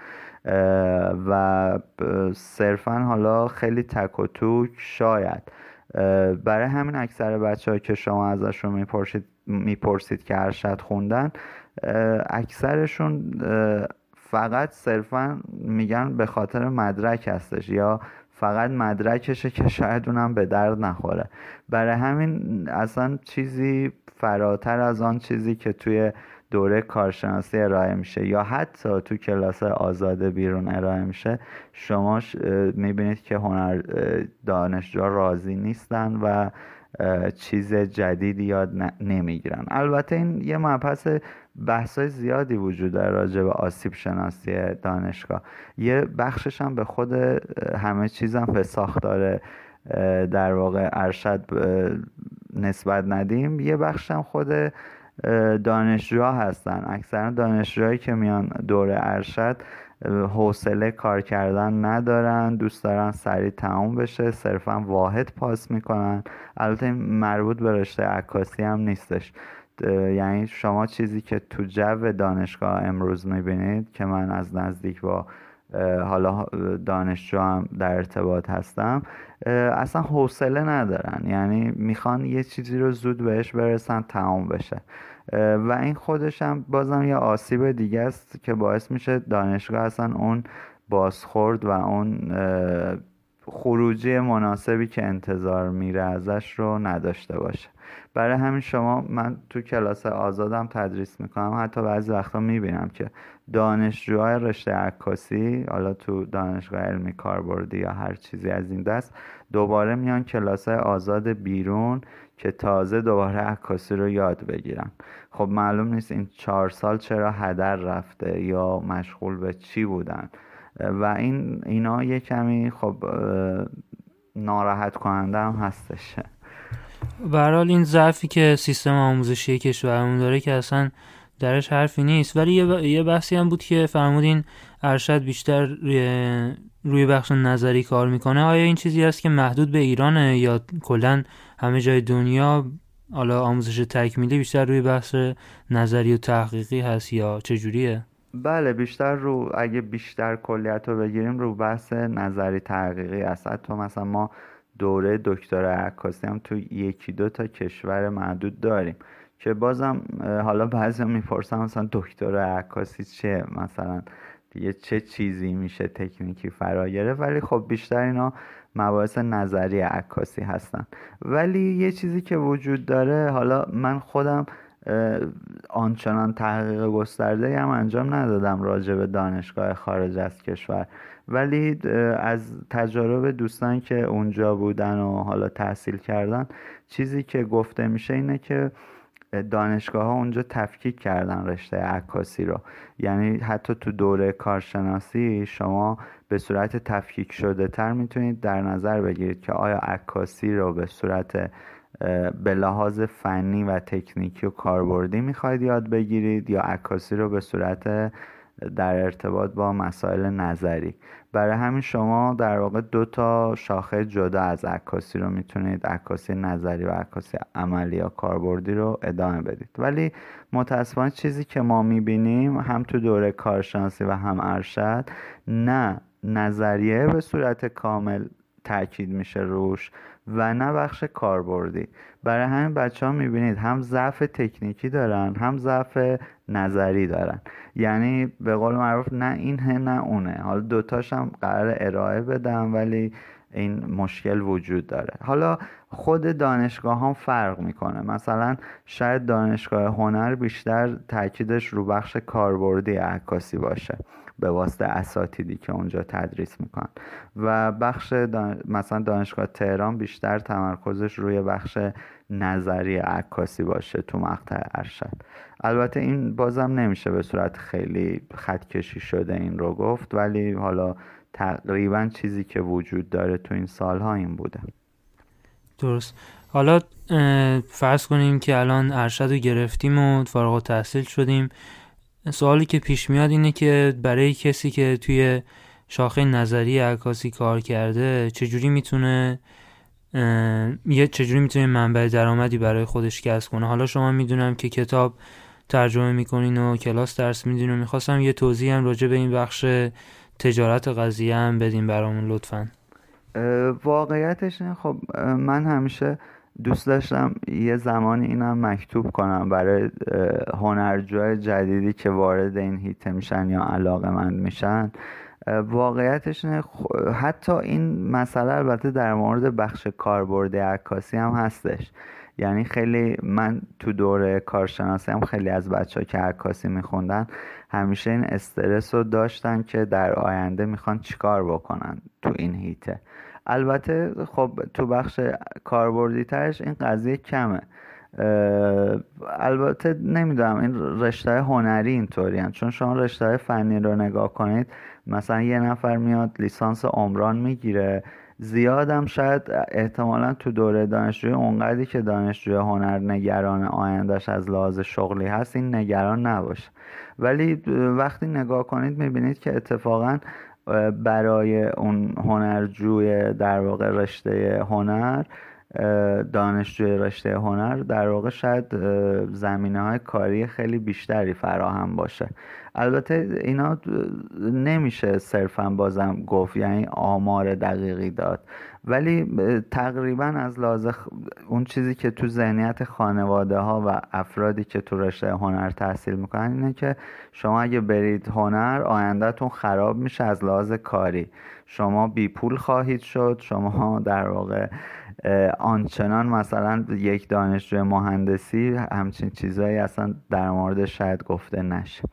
و صرفا حالا خیلی تک و توک شاید. برای همین اکثر بچه ها که شما ازشون میپرسید میپرسید که ارشد خوندن، اکثرشون فقط صرفا میگن به خاطر مدرک هستش یا فقط مدرکشه که شاید اونم به درد نخوره. برای همین اصلا چیزی فراتر از آن چیزی که توی دوره کارشناسی ارائه میشه یا حتی تو کلاس آزاد بیرون ارائه میشه، شما میبینید که هنر دانشجوها راضی نیستن و چیز جدیدی یاد نمیگیرن. البته این یه مبحث بحثای زیادی وجود داره راجع به آسیب شناسی دانشگاه. یه بخشش هم به خود همه چیزم به ساختار در واقع ارشد نسبت ندیم، یه بخش هم خود دانشجوها هستن. اکثرا دانشجوهایی که میان دوره ارشد حوصله کار کردن ندارن، دوست دارن سریع تموم بشه، صرفا واحد پاس میکنن. البته این مربوط به رشته عکاسی هم نیستش، یعنی شما چیزی که تو جو دانشگاه امروز میبینید که من از نزدیک با حالا دانشجو هم در ارتباط هستم، اصلا حوصله ندارن، یعنی میخوان یه چیزی رو زود بهش برسن تمام بشه و این خودش هم بازم یه آسیب دیگه است که باعث میشه دانشگاه اصلا اون بازخورد و اون خروجی مناسبی که انتظار میره ازش رو نداشته باشه. برای همین شما من تو کلاس آزادم تدریس میکنم، حتی بعضی وقتا میبینم که دانشجوهای رشته عکاسی حالا تو دانشگاه علمی کاربردی یا هر چیزی از این دست دوباره میان کلاس آزاد بیرون که تازه دوباره عکاسی رو یاد بگیرن. خب معلوم نیست این چهار سال چرا هدر رفته یا مشغول به چی بودن و این اینا یه کمی خب ناراحت کننده هم هستش. به هر حال این ضعفی که سیستم آموزشی کشورمون داره که اصلا درش حرفی نیست، ولی یه, ب... یه بحثی هم بود که فرمودین ارشد بیشتر روی, روی بخش نظری کار میکنه. آیا این چیزی هست که محدود به ایرانه یا کلا همه جای دنیا حالا آموزش تکمیلی بیشتر روی بحث نظری و تحقیقی هست یا چجوریه؟ بله بیشتر رو اگه بیشتر کلیت رو بگیریم رو بحث نظری تحقیقی هست. حتی مثلا ما دوره دکترا عکاسی هم تو یکی دو تا کشور محدود داریم که بازم حالا بعضی میپرسن مثلا دکترا عکاسی چیه، مثلا دیگه چه چیزی میشه تکنیکی فرا گرفت، ولی خب بیشتر اینا مباحث نظری عکاسی هستن. ولی یه چیزی که وجود داره، حالا من خودم آنچنان تحقیق گسترده هم انجام ندادم راجع به دانشگاه خارج از کشور، ولی از تجارب دوستان که اونجا بودن و حالا تحصیل کردن چیزی که گفته میشه اینه که دانشگاه ها اونجا تفکیک کردن رشته عکاسی رو. یعنی حتی تو دوره کارشناسی شما به صورت تفکیک شده تر میتونید در نظر بگیرید که آیا عکاسی رو به صورت به لحاظ فنی و تکنیکی و کاربردی میخواید یاد بگیرید یا عکاسی رو به صورت در ارتباط با مسائل نظری. برای همین شما در واقع دو تا شاخه جدا از عکاسی رو میتونید، عکاسی نظری و عکاسی عملی یا کاربردی رو ادامه بدید. ولی متاسفانه چیزی که ما میبینیم هم تو دوره کارشناسی و هم ارشد، نه نظریه به صورت کامل تاکید میشه روش و نه بخش کاربردی. برای همین بچه ها میبینید هم ضعف تکنیکی دارن هم ضعف نظری دارن، یعنی به قول معروف نه اینه نه اونه. حالا دوتاش هم قرار ارائه بدم ولی این مشکل وجود داره. حالا خود دانشگاه هم فرق میکنه، مثلا شاید دانشگاه هنر بیشتر تاکیدش رو بخش کاربردی عکاسی باشه به واسطه اساتیدی که اونجا تدریس میکنن، و بخش دان... مثلا دانشگاه تهران بیشتر تمرکزش روی بخش نظری عکاسی باشه تو مقطع ارشد. البته این بازم نمیشه به صورت خیلی خطکشی شده این رو گفت، ولی حالا تقریبا چیزی که وجود داره تو این سالها این بوده. درست. حالا فرض کنیم که الان ارشد رو گرفتیم و فارغ التحصیل شدیم، سوالی که پیش میاد اینه که برای کسی که توی شاخه نظری عکاسی کار کرده چجوری میتونه یه چجوری میتونه منبع درآمدی برای خودش کسب کنه؟ حالا شما میدونم که کتاب ترجمه میکنین و کلاس درس میدین و میخواستم یه توضیح هم راجع به این بخش تجارت قضیه هم بدین برامون لطفاً. واقعیتش نه، خب من همیشه دوست داشتم یه زمانی اینم مکتوب کنم برای هنرجوهای جدیدی که وارد این هیته میشن یا علاقه‌مند میشن. واقعیتش نه، حتی این مسئله البته در مورد بخش کاربرد عکاسی هم هستش. یعنی خیلی من تو دوره کارشناسی هم خیلی از بچه‌ها که عکاسی میخوندن همیشه این استرس رو داشتن که در آینده میخوان چیکار بکنن تو این هیته. البته خب تو بخش کاربردی ترش این قضیه کمه. البته نمیدونم این رشته هنری اینطوری هن. چون شما رشته فنی رو نگاه کنید، مثلا یه نفر میاد لیسانس عمران میگیره، زیادم شاید احتمالا تو دوره دانشجوی اونقدری که دانشجوی هنر نگران آیندهش از لحاظ شغلی هست این نگران نباشه. ولی وقتی نگاه کنید میبینید که اتفاقا برای اون هنرجوی در واقع رشته هنر، دانشجوی رشته هنر در واقع شاید زمینه‌های کاری خیلی بیشتری فراهم باشه. البته اینا نمیشه صرفا بازم گفت، یعنی آمار دقیقی داد، ولی تقریبا از لحاظ اون چیزی که تو ذهنیت خانواده ها و افرادی که تو رشته هنر تحصیل میکنن اینه که شما اگه برید هنر آیندهتون خراب میشه از لحاظ کاری، شما بی پول خواهید شد، شما در واقع آنچنان مثلا یک دانشجوی مهندسی همچین چیزایی اصلا در مورد شاید گفته نشه.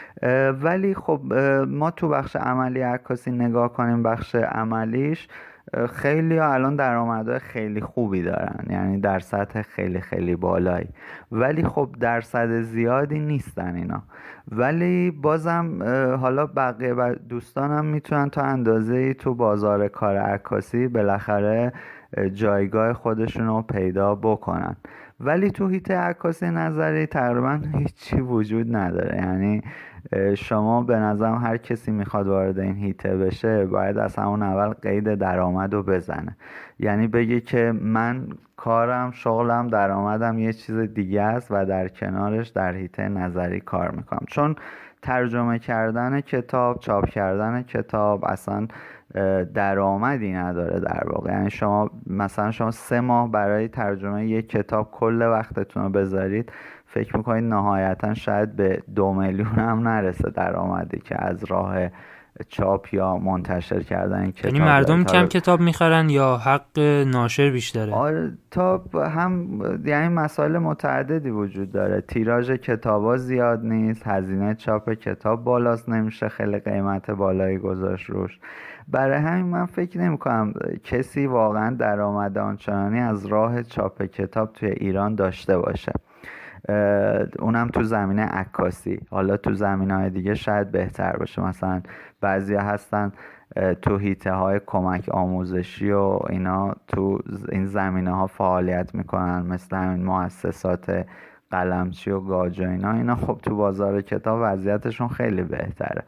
ولی خب ما تو بخش عملی عکاسی نگاه کنیم، بخش عملیش خیلی ها الان درآمدهای خیلی خوبی دارن، یعنی در سطح خیلی خیلی بالایی، ولی خب درصد زیادی نیستن اینا. ولی بازم حالا بقیه دوستانم میتونن تا اندازه‌ای تو بازار کار عکاسی بالاخره جایگاه خودشون رو پیدا بکنن. ولی تو هیته عکاسی نظری تقریبا هیچی وجود نداره. یعنی شما به نظرم هر کسی میخواد وارد این هیته بشه باید از همون اول قید درآمد رو بزنه، یعنی بگه که من کارم، شغلم، درآمدم یه چیز دیگه است و در کنارش در هیته نظری کار میکنم. چون ترجمه کردن کتاب، چاپ کردن کتاب اصلا درآمدی نداره در واقع. یعنی شما مثلا شما سه ماه برای ترجمه یک کتاب کل وقتتون رو بذارید، فکر میکنید نهایتا شاید به دو میلیون هم نرسه درآمدی که از راه چاپ یا منتشر کردن این کتاب. یعنی مردم کم کتاب میخرن یا حق ناشر بیشتره؟ آره تا هم، یعنی مسائل متعددی وجود داره. تیراژ کتابا زیاد نیست، هزینه چاپ کتاب بالاست، نمیشه خیلی قیمت بالایی گذاشت روش. برای همین من فکر نمی کنم کسی واقعا درآمد آنچنانی از راه چاپ کتاب توی ایران داشته باشه، اونم تو زمینه عکاسی. حالا تو زمینه‌های دیگه شاید بهتر باشه، مثلا بعضیا هستن تو هیته های کمک آموزشی و اینا تو این زمینه ها فعالیت میکنن، مثل همین مؤسسات قلمچی و گاج و اینا. اینا خب تو بازار کتاب وضعیتشون خیلی بهتره.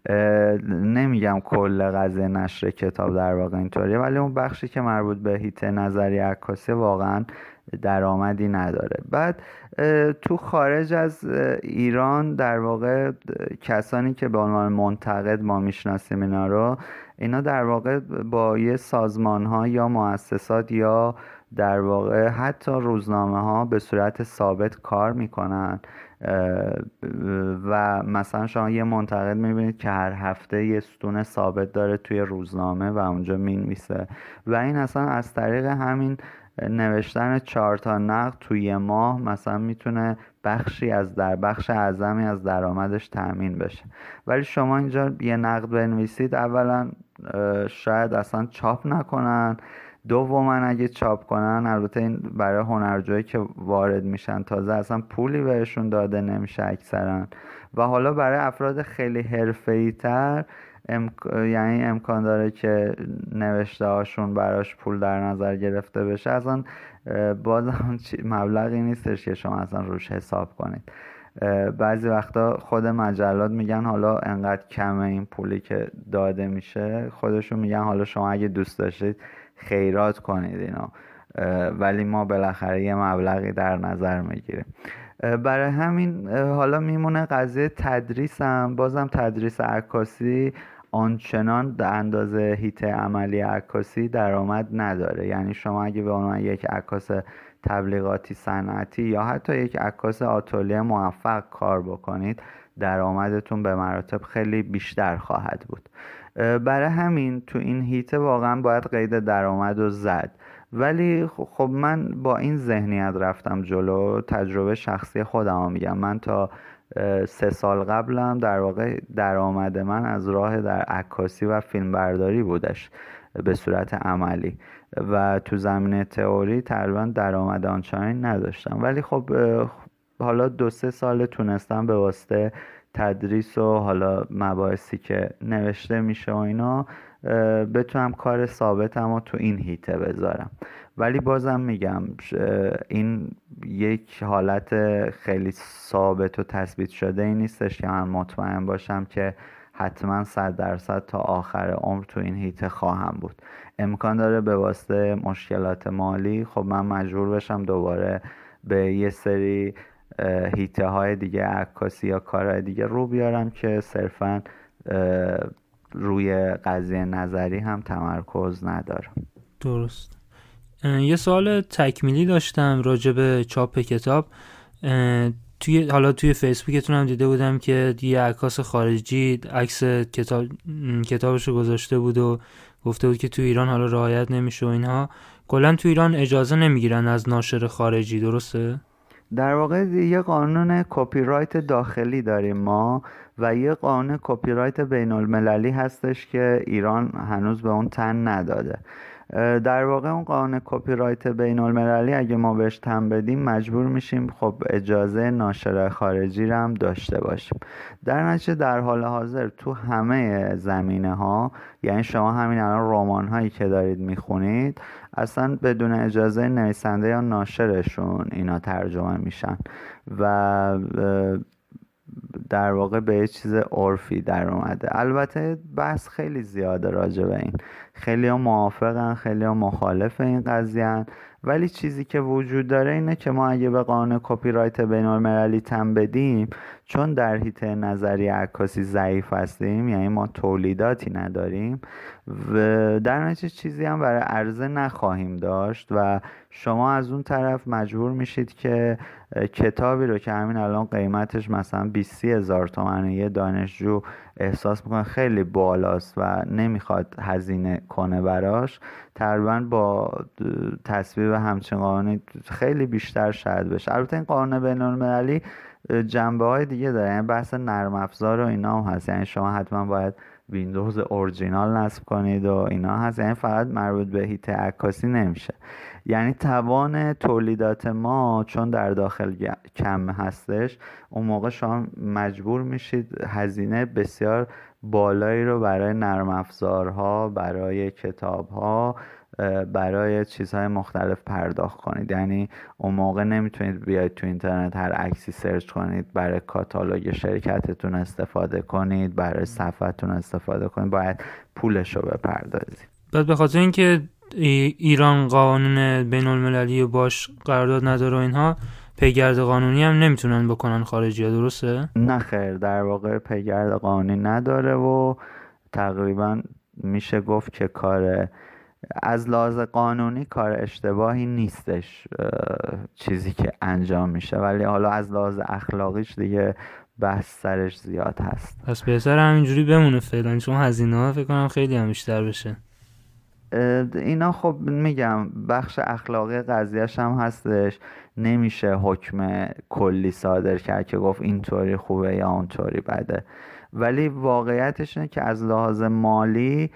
نمیگم کل قضیه نشر کتاب در واقع اینطوریه، ولی اون بخشی که مربوط به هیته نظری عکاسی واقعا درآمدی نداره. بعد تو خارج از ایران در واقع کسانی که به عنوان منتقد ما میشناسیم اینا رو، اینا در واقع با یه سازمان ها یا مؤسسات یا در واقع حتی روزنامه ها به صورت ثابت کار میکنن و مثلا شما یه منتقد میبینید که هر هفته یه ستون ثابت داره توی روزنامه و اونجا مینویسه و این اصلا از طریق همین نوشتن چهار تا نقد توی ماه مثلا میتونه بخشی از در بخش اعظمی از درآمدش تأمین بشه. ولی شما اینجا یه نقد بنویسید، اولا شاید اصلا چاپ نکنن، دوما اگه چاپ کنن البته این برای هنرجویی که وارد میشن تازه اصلا پولی بهشون داده نمیشه اکثرا، و حالا برای افراد خیلی حرفه‌ای تر امک... یعنی امکان داره که نوشته هاشون براش پول در نظر گرفته بشه، اصلا باز هم مبلغی نیستش که شما اصلا روش حساب کنید. بعضی وقتا خود مجلات میگن حالا انقدر کمه این پولی که داده میشه، خودشون میگن حالا شما اگه دوست داشتید خیرات کنید اینو، ولی ما بالاخره یه مبلغی در نظر میگیریم. برای همین حالا میمونه قضیه تدریس هم. بازم تدریس عکاسی آنچنان به اندازه هیته عملی عکاسی درآمد نداره. یعنی شما اگه به عنوان یک عکاس تبلیغاتی صنعتی یا حتی یک عکاس آتلیه موفق کار بکنید، درآمدتون به مراتب خیلی بیشتر خواهد بود. برای همین تو این هیته واقعا باید قید درآمد رو زد. ولی خب من با این ذهنیت رفتم جلو. تجربه شخصی خودم رو میگم، من تا سه سال قبلم در واقع درآمد من از راه در عکاسی و فیلمبرداری بودش به صورت عملی و تو زمینه تئوری تقریبا درآمد آنچنانی نداشتم. ولی خب حالا دو سه سال تونستم به واسطه تدریس و حالا مباحثی که نوشته میشه و اینا بتونم کار ثابتم رو تو این هیته بذارم. ولی بازم میگم این یک حالت خیلی ثابت و تثبیت شده ای نیستش که من مطمئن باشم که حتما صد درصد تا آخر عمر تو این هیته خواهم بود. امکان داره به واسطه مشکلات مالی خب من مجبور بشم دوباره به یه سری هیته های دیگه عکاسی یا کارهای دیگه رو بیارم که صرفا روی قضیه نظری هم تمرکز ندارم. درست. یه سوال تکمیلی داشتم راجع به چاپ کتاب. توی حالا توی فیسبوکتون هم دیده بودم که یه عکاس خارجی عکس کتاب کتابشو گذاشته بود و گفته بود که تو ایران حالا رعایت نمیشه و اینها. کلا تو ایران اجازه نمیگیرن از ناشر خارجی، درسته؟ در واقع یه قانون کپی رایت داخلی داریم ما و یه قانون کپی رایت بین المللی هستش که ایران هنوز به اون تن نداده. در واقع اون قانون کپی رایت بین المللی اگه ما بهش تن بدیم مجبور میشیم خب اجازه ناشر خارجی رو هم داشته باشیم. در نتیجه در حال حاضر تو همه زمینه ها، یعنی شما همین الان رمان هایی که دارید میخونید اصلا بدون اجازه نویسنده یا ناشرشون اینا ترجمه میشن و در واقع به یه چیز عرفی در اومده. البته بحث خیلی زیاده راجع به این، خیلی ها موافقن، خیلی ها مخالف این قضیه‌ان، ولی چیزی که وجود داره اینه که ما اگه به قانون کپی رایت بین المللی تن بدیم، چون در حیطه نظری عکاسی ضعیف هستیم، یعنی ما تولیداتی نداریم و در نتیجه چیزی هم برای عرضه نخواهیم داشت و شما از اون طرف مجبور میشید که کتابی رو که همین الان قیمتش مثلا بیست هزار تومنه یه دانشجو احساس میکنه خیلی بالاست و نمیخواد هزینه کنه براش، تقریبا با تصویب همچین قانونی خیلی بیشتر شاید بشه. البته این قانون بین المللی جنبه های دیگه داره، یعنی بحث نرم افزار و اینا هم هست، یعنی شما حتما باید ویندوز اورجینال نصب کنید و اینا هست، یعنی فقط مربوط به هیته عکاسی نمیشه. یعنی توان تولیدات ما چون در داخل کم هستش، اون موقع شما مجبور میشید هزینه بسیار بالایی رو برای نرم افزارها، برای کتابها، برای چیزهای مختلف پرداخت کنید. یعنی اون موقع نمیتونید بیاید تو اینترنت هر عکسی سرچ کنید، برای کاتالوگ شرکتتون استفاده کنید، برای صفحتون استفاده کنید، باید پولش رو بپردازید. بعد به خاطر اینکه ایران قانون بین المللی باش قرارداد نداره و اینها، پیگرد قانونی هم نمیتونن بکنن خارجی ها، درسته؟ نه خیر، در واقع پیگرد قانونی نداره و تقریبا میشه گفت که کار از لحاظ قانونی کار اشتباهی نیستش چیزی که انجام میشه، ولی حالا از لحاظ اخلاقیش دیگه بحث سرش زیاد هست. پس بهتر همینجوری بمونه فعلا، چون هزینه ها فکر کنم خیلی هم بیشتر بشه. اینا خب میگم بخش اخلاقی قضیهش هم هستش، نمیشه حکم کلی صادر کرد که گفت اینطوری خوبه یا اونطوری بده، ولی واقعیتش اینه که از لحاظ مالی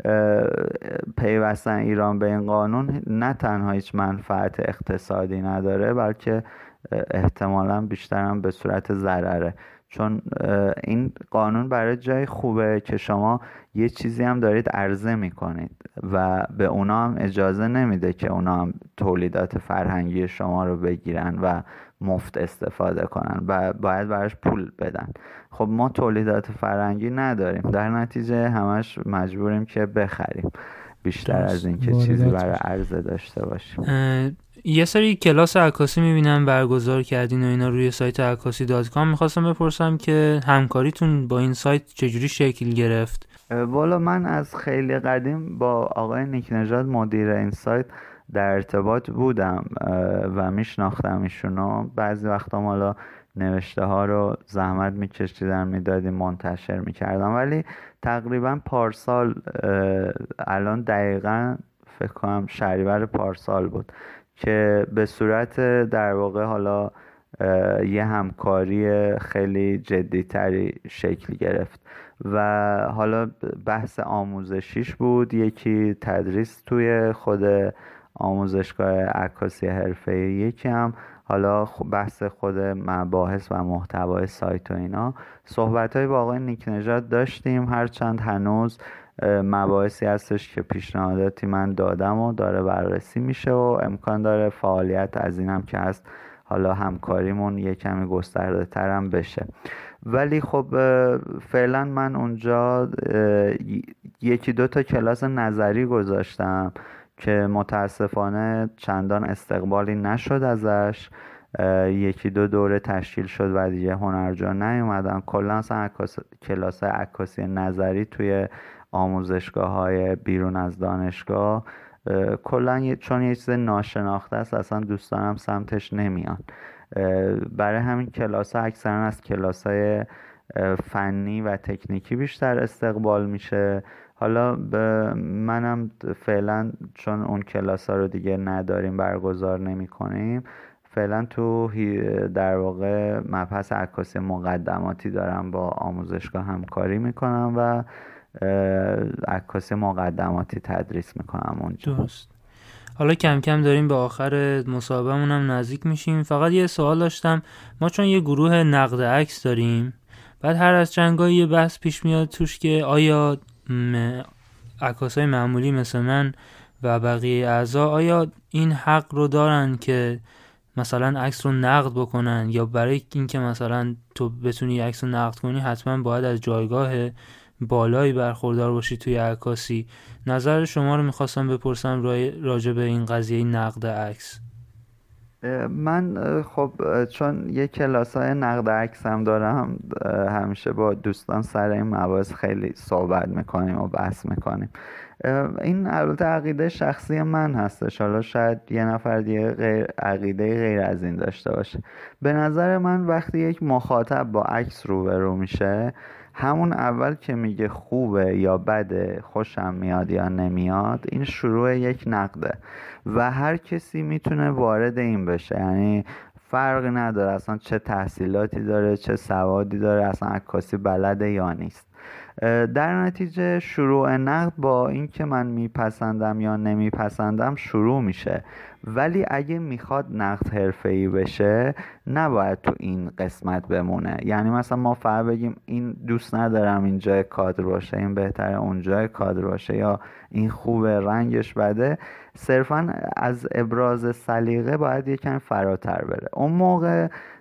پیوستن ایران به این قانون نه تنها هیچ منفعت اقتصادی نداره، بلکه احتمالاً بیشتر هم به صورت ضرره، چون این قانون برای جای خوبه که شما یه چیزی هم دارید عرضه میکنید و به اونا هم اجازه نمیده که اونا هم تولیدات فرهنگی شما رو بگیرن و مفت استفاده کنن و باید براش پول بدن. خب ما تولیدات فرهنگی نداریم، در نتیجه همش مجبوریم که بخریم بیشتر از این که چیزی برای عرضه داشته باشیم. یه سری کلاس عکاسی میبینم برگزار کردین و اینا روی سایت عکاسی دات کام، میخواستم بپرسم که همکاریتون با این سایت چجوری شکل گرفت؟ والا من از خیلی قدیم با آقای نیک نژاد مدیر این سایت در ارتباط بودم و میشناختم ایشونو. بعضی وقتا حالا نوشته ها رو زحمت میکشیدم میدادیم منتشر میکردم، ولی تقریبا پارسال، الان دقیقا فکر کنم شهریور پارسال بود که به صورت در واقع حالا یه همکاری خیلی جدیتری شکل گرفت و حالا بحث آموزشیش بود، یکی تدریس توی خود آموزشگاه عکاسی حرفه‌ای، یکی هم حالا بحث خود مباحث و محتوای سایت و اینا. صحبت‌های با آقای نیک نژاد داشتیم، هرچند هنوز مباحثی هستش که پیشنهاداتی من دادم و داره بررسی میشه و امکان داره فعالیت از اینم که هست حالا همکاریمون یه کمی گسترده ترم بشه. ولی خب فعلا من اونجا یکی دو تا کلاس نظری گذاشتم که متاسفانه چندان استقبالی نشد ازش، یکی دو دوره تشکیل شد و دیگه هنرجا نیومدن. کلا اصلا کلاس عکاسی نظری توی آموزشگاه های بیرون از دانشگاه کلا چون یه چیز ناشناخته است اصلا دوستانم سمتش نمیان، برای همین کلاس ها اکثرا از کلاس های فنی و تکنیکی بیشتر استقبال میشه. حالا به منم فعلا چون اون کلاس ها رو دیگه نداریم برگزار نمی کنیم، فعلا تو در واقع مبحث عکاسی مقدماتی دارم با آموزشگاه همکاری میکنم و عکاسی مقدماتی تدریس میکنم اونجا. درست. حالا کم کم داریم به آخر مصاحبهمون هم نزدیک میشیم. فقط یه سوال داشتم، ما چون یه گروه نقد عکس داریم، بعد هر از چندگاهی یه بحث پیش میاد توش که آیا عکاسای معمولی مثل من و بقیه اعضا آیا این حق رو دارن که مثلا عکس رو نقد بکنن، یا برای اینکه مثلا تو بتونی عکس رو نقد کنی حتما باید از جایگاه بالایی برخوردار باشی توی عکاسی؟ نظر شما رو میخواستم بپرسم راجع به این قضیه نقد عکس. من خب چون یه کلاسای نقد عکس هم دارم، همیشه با دوستان سر این مباحث خیلی صحبت میکنیم و بحث میکنیم. این البته عقیده شخصی من هستش، حالا شاید یه نفر دیگه غیر عقیده غیر از این داشته باشه. به نظر من وقتی یک مخاطب با عکس روبرو میشه، همون اول که میگه خوبه یا بده، خوشم میاد یا نمیاد، این شروع یک نقده و هر کسی میتونه وارد این بشه، یعنی فرقی نداره اصلا چه تحصیلاتی داره، چه سوادی داره، اصلا عکاسی بلده یا نیست. در نتیجه شروع نقد با این که من میپسندم یا نمیپسندم شروع میشه، ولی اگه میخواد نقد حرفه‌ای بشه نباید تو این قسمت بمونه. یعنی مثلا ما فقط بگیم این دوست ندارم اینجای کادر باشه، این بهتره اونجای کادر باشه، یا این خوبه رنگش بده. صرفا از ابراز سلیقه باید یکم فراتر بره. اون موقع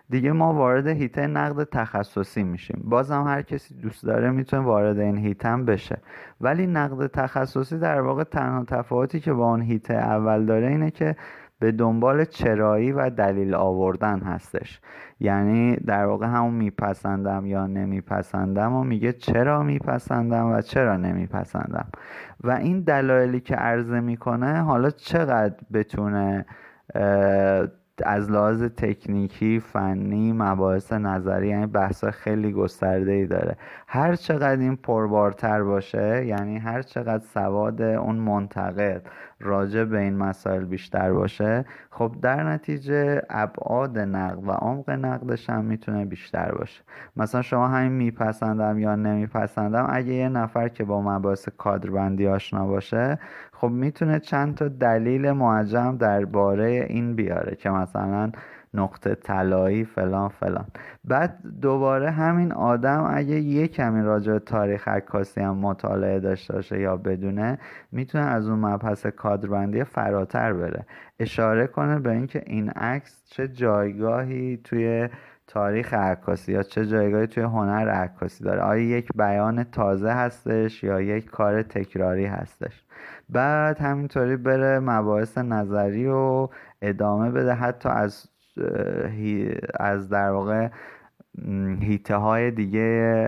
دیگه ما وارد هیته نقد تخصصی میشیم. بازم هر کسی دوست داره میتونه وارد این هیته هم بشه، ولی نقد تخصصی در واقع تنها تفاوتی که با اون هیته اول داره اینه که به دنبال چرایی و دلیل آوردن هستش. یعنی در واقع همون میپسندم یا نمیپسندم و میگه چرا میپسندم و چرا نمیپسندم، و این دلایلی که عرضه میکنه حالا چقدر بتونه از لحاظ تکنیکی، فنی، مباحث نظری، یعنی بحث خیلی گسترده‌ای داره. هر چقدر این پربارتر باشه، یعنی هر چقدر سواد اون منتقد راجع به این مسائل بیشتر باشه، خب در نتیجه ابعاد نقد و عمق نقدش هم میتونه بیشتر باشه. مثلا شما همین میپسندم یا نمیپسندم، اگه یه نفر که با مباحث کادربندی آشنا باشه، خب میتونه چند تا دلیل معجم درباره این بیاره که مثلا نقطه طلایی فلان فلان. بعد دوباره همین آدم اگه یه کمی راجع به تاریخ عکاسی هم مطالعه داشته باشه یا بدونه، میتونه از اون مبحث کادربندی فراتر بره، اشاره کنه به اینکه این عکس چه جایگاهی توی تاریخ عکاسی یا چه جایگاهی توی هنر عکاسی داره. آیا یک بیان تازه هستش یا یک کار تکراری هستش؟ بعد همینطوری بره مباحث نظری و ادامه بده، حتی از از در واقع هیته های دیگه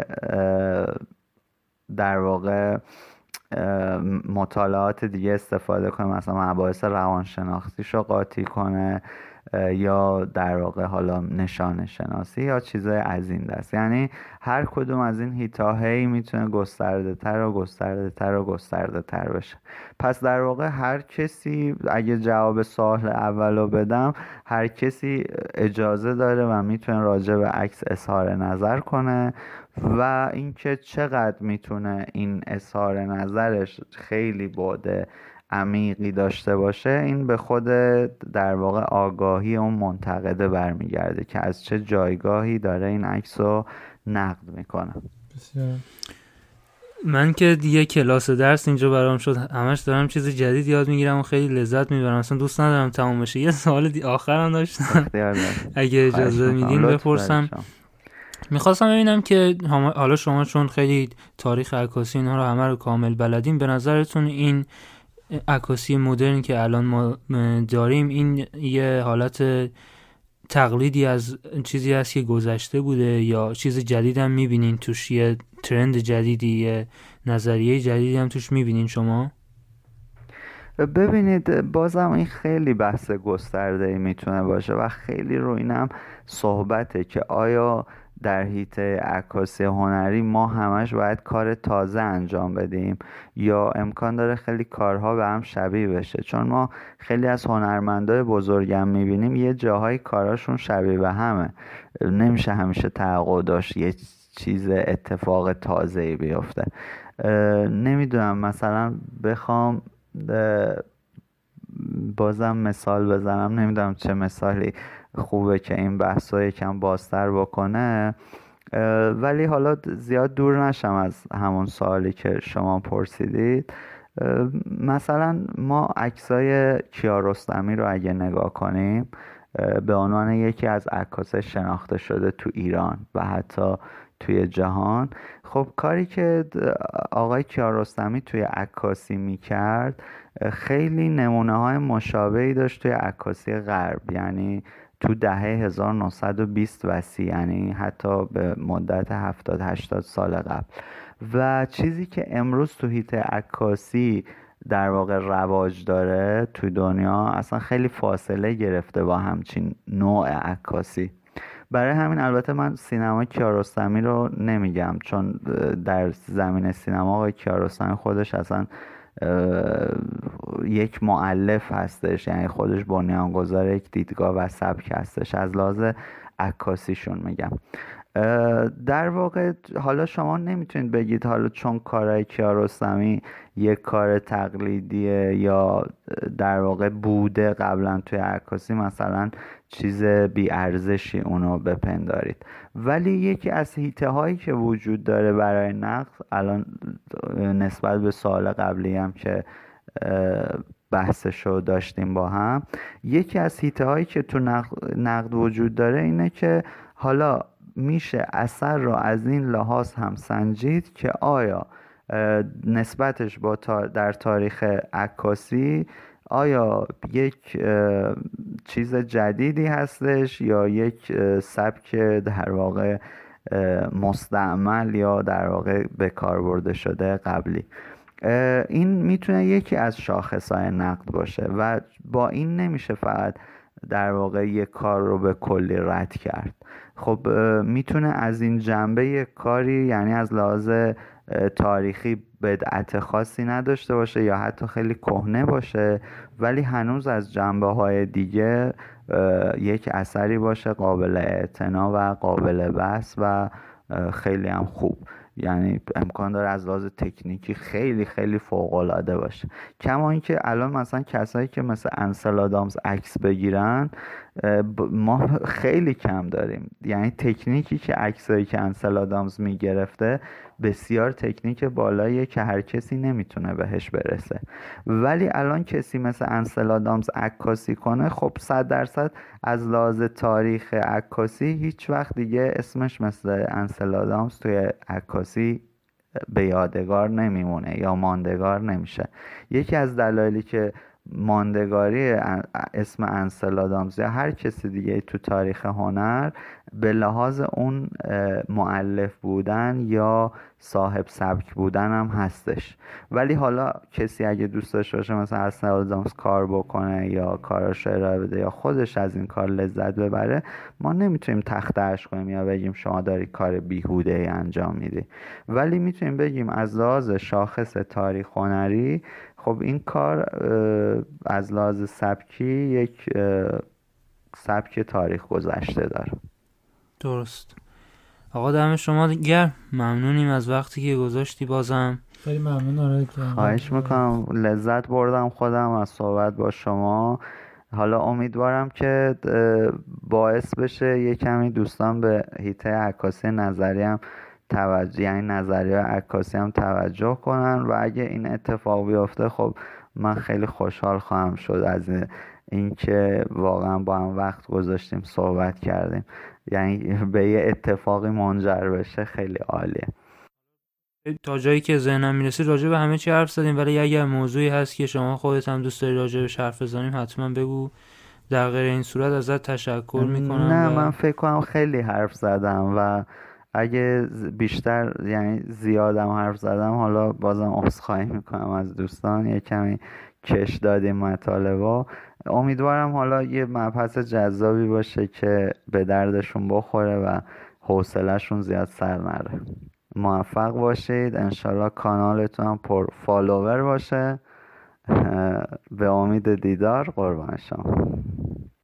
در واقع مطالعات دیگه استفاده کنه، مثلا مباحث روانشناختیشو قاطی کنه یا در واقع حالا نشان شناسی یا چیزای از این دست. یعنی هر کدوم از این هیتاهی میتونه گسترده تر و گسترده تر و گسترده تر بشه. پس در واقع هر کسی، اگه جواب سوال اولو بدم، هر کسی اجازه داره و میتونه راجع به عکس اظهار نظر کنه، و اینکه چقدر میتونه این اظهار نظرش خیلی بعد عمیقی داشته باشه، این به خود در واقع آگاهی اون منتقده برمیگرده که از چه جایگاهی داره این عکس رو نقد میکنه. بسیار. من که دیگه کلاس درس اینجا برام شد، همش دارم چیز جدید یاد میگیرم و خیلی لذت میبرم، اصلا دوست ندارم تموم بشه. یه سوال دی آخرم داشتم اگه اجازه میدین بپرسم. میخواستم ببینم که حالا شما چون خیلی تاریخ عکاسی اینها رو همه رو کامل بلدین، به نظرتون این عکاسی مدرن که الان ما داریم این یه حالت تقلیدی از چیزی هست که گذشته بوده یا چیز جدید هم میبینین توش؟ یه ترند جدیدی، یه نظریه جدیدی هم توش میبینین شما؟ ببینید، بازم این خیلی بحث گسترده‌ای میتونه باشه و خیلی رو اینم صحبته که آیا در حیطه عکاسی هنری ما همش باید کار تازه انجام بدیم یا امکان داره خیلی کارها به هم شبیه بشه. چون ما خیلی از هنرمندای بزرگم میبینیم یه جاهای کاراشون شبیه به همه، نمیشه همیشه توقع داشت یه چیز اتفاق تازه‌ای بیفته. نمیدونم، مثلا بخوام بازم مثال بزنم، نمیدونم چه مثالی خوبه که این بحث رو یکم بازتر بکنه، ولی حالا زیاد دور نشم از همون سوالی که شما پرسیدید. مثلا ما عکسای کیارستمی رو اگه نگاه کنیم، به عنوان یکی از عکاسای شناخته شده تو ایران و حتی توی جهان، خب کاری که آقای کیارستمی توی عکاسی میکرد خیلی نمونه های مشابهی داشت توی عکاسی غرب، یعنی تو دهه هزار و نهصد و بیست و سی، یعنی حتی به مدت هفتاد هشتاد سال قبل. و چیزی که امروز تو حیطه عکاسی در واقع رواج داره تو دنیا اصلا خیلی فاصله گرفته با همچین نوع عکاسی. برای همین البته من سینما کیارستمی رو نمیگم، چون در زمین سینما آقای کیارستمی خودش اصلا یک مؤلف هستش، یعنی خودش بنیانگذار یک دیدگاه و سبک هستش. از لحاظ عکاسیشون میگم. در واقع حالا شما نمیتونید بگید حالا چون کارهای کیارستمی یک کار تقلیدیه یا در واقع بوده قبلا توی عکاسی مثلا چیز بی ارزشی اونو بپندارید. ولی یکی از حیطه هایی که وجود داره برای نقد الان، نسبت به سوال قبلی هم که بحثشو داشتیم با هم. یکی از هیته هایی که تو نقد, نقد وجود داره اینه که حالا میشه اثر رو از این لحاظ هم سنجید که آیا نسبتش با در تاریخ عکاسی آیا یک چیز جدیدی هستش یا یک سبک در واقع مستعمل یا در واقع به کار برده شده قبلی. این میتونه یکی از شاخصهای نقد باشه و با این نمیشه فقط در واقع یک کار رو به کلی رد کرد. خب میتونه از این جنبه یک کاری، یعنی از لحاظ تاریخی بدعت خاصی نداشته باشه یا حتی خیلی کهنه باشه، ولی هنوز از جنبه های دیگه یک اثری باشه قابل اعتنا و قابل بحث و خیلی هم خوب. یعنی امکان داره از لحاظ تکنیکی خیلی خیلی فوق العاده باشه. کما اینکه الان مثلا کسایی که مثل انسل آدامز عکس بگیرن ما خیلی کم داریم. یعنی تکنیکی که عکسایی که انسل آدامز میگرفته بسیار تکنیک بالاییه که هر کسی نمیتونه بهش برسه، ولی الان کسی مثل انسل آدامز عکاسی کنه، خب صد درصد از لحاظ تاریخ عکاسی هیچ وقت دیگه اسمش مثل انسل آدامز توی عکاسی به یادگار نمیمونه یا ماندگار نمیشه. یکی از دلایلی که ماندگاری اسم انسل آدامز یا هر کسی دیگه تو تاریخ هنر به لحاظ اون مؤلف بودن یا صاحب سبک بودن هم هستش. ولی حالا کسی اگه دوست داشته باشه مثلا انسل آدامز کار بکنه یا کارش ارائه بده یا خودش از این کار لذت ببره، ما نمیتونیم تخطئش کنیم یا بگیم شما داری کار بیهوده ای انجام میدی، ولی میتونیم بگیم از لحاظ شاخص تاریخ هنری خب این کار از لحاظ سبکی یک سبک تاریخ گذشته داره. درست. آقا دم شما گرم، ممنونیم از وقتی که گذاشتی. بازم خیلی ممنون. آره که خواهش میکنم، لذت بردم خودم از صحبت با شما. حالا امیدوارم که باعث بشه یه کمی دوستان به هیته عکاسی نظری هم توجه، یعنی نظریه عکاسی هم توجه کنن و اگه این اتفاق بیفته خب من خیلی خوشحال خواهم شد از اینکه واقعا با هم وقت گذاشتیم صحبت کردیم، یعنی به یه اتفاقی منجر بشه خیلی عالیه. تا جایی که ذهنم میرسه راجع به همه چی حرف زدیم، ولی اگر موضوعی هست که شما خودت هم دوست داری راجع بهش حرف بزنیم حتما بگو. در غیر این صورت ازت تشکر میکنم. نه و... من فکر کنم خیلی حرف زدم و اگه بیشتر یعنی زیادم حرف زدم حالا بازم عذرخواهی میکنم از دوستان، یه کمی کش دادیم مطالبا. امیدوارم حالا یه مبحث جذابی باشه که به دردشون بخوره و حوصله‌شون زیاد سر نره. موفق باشید، انشالله کانالتون هم پر فالوور باشه. به امید دیدار، قربان شما.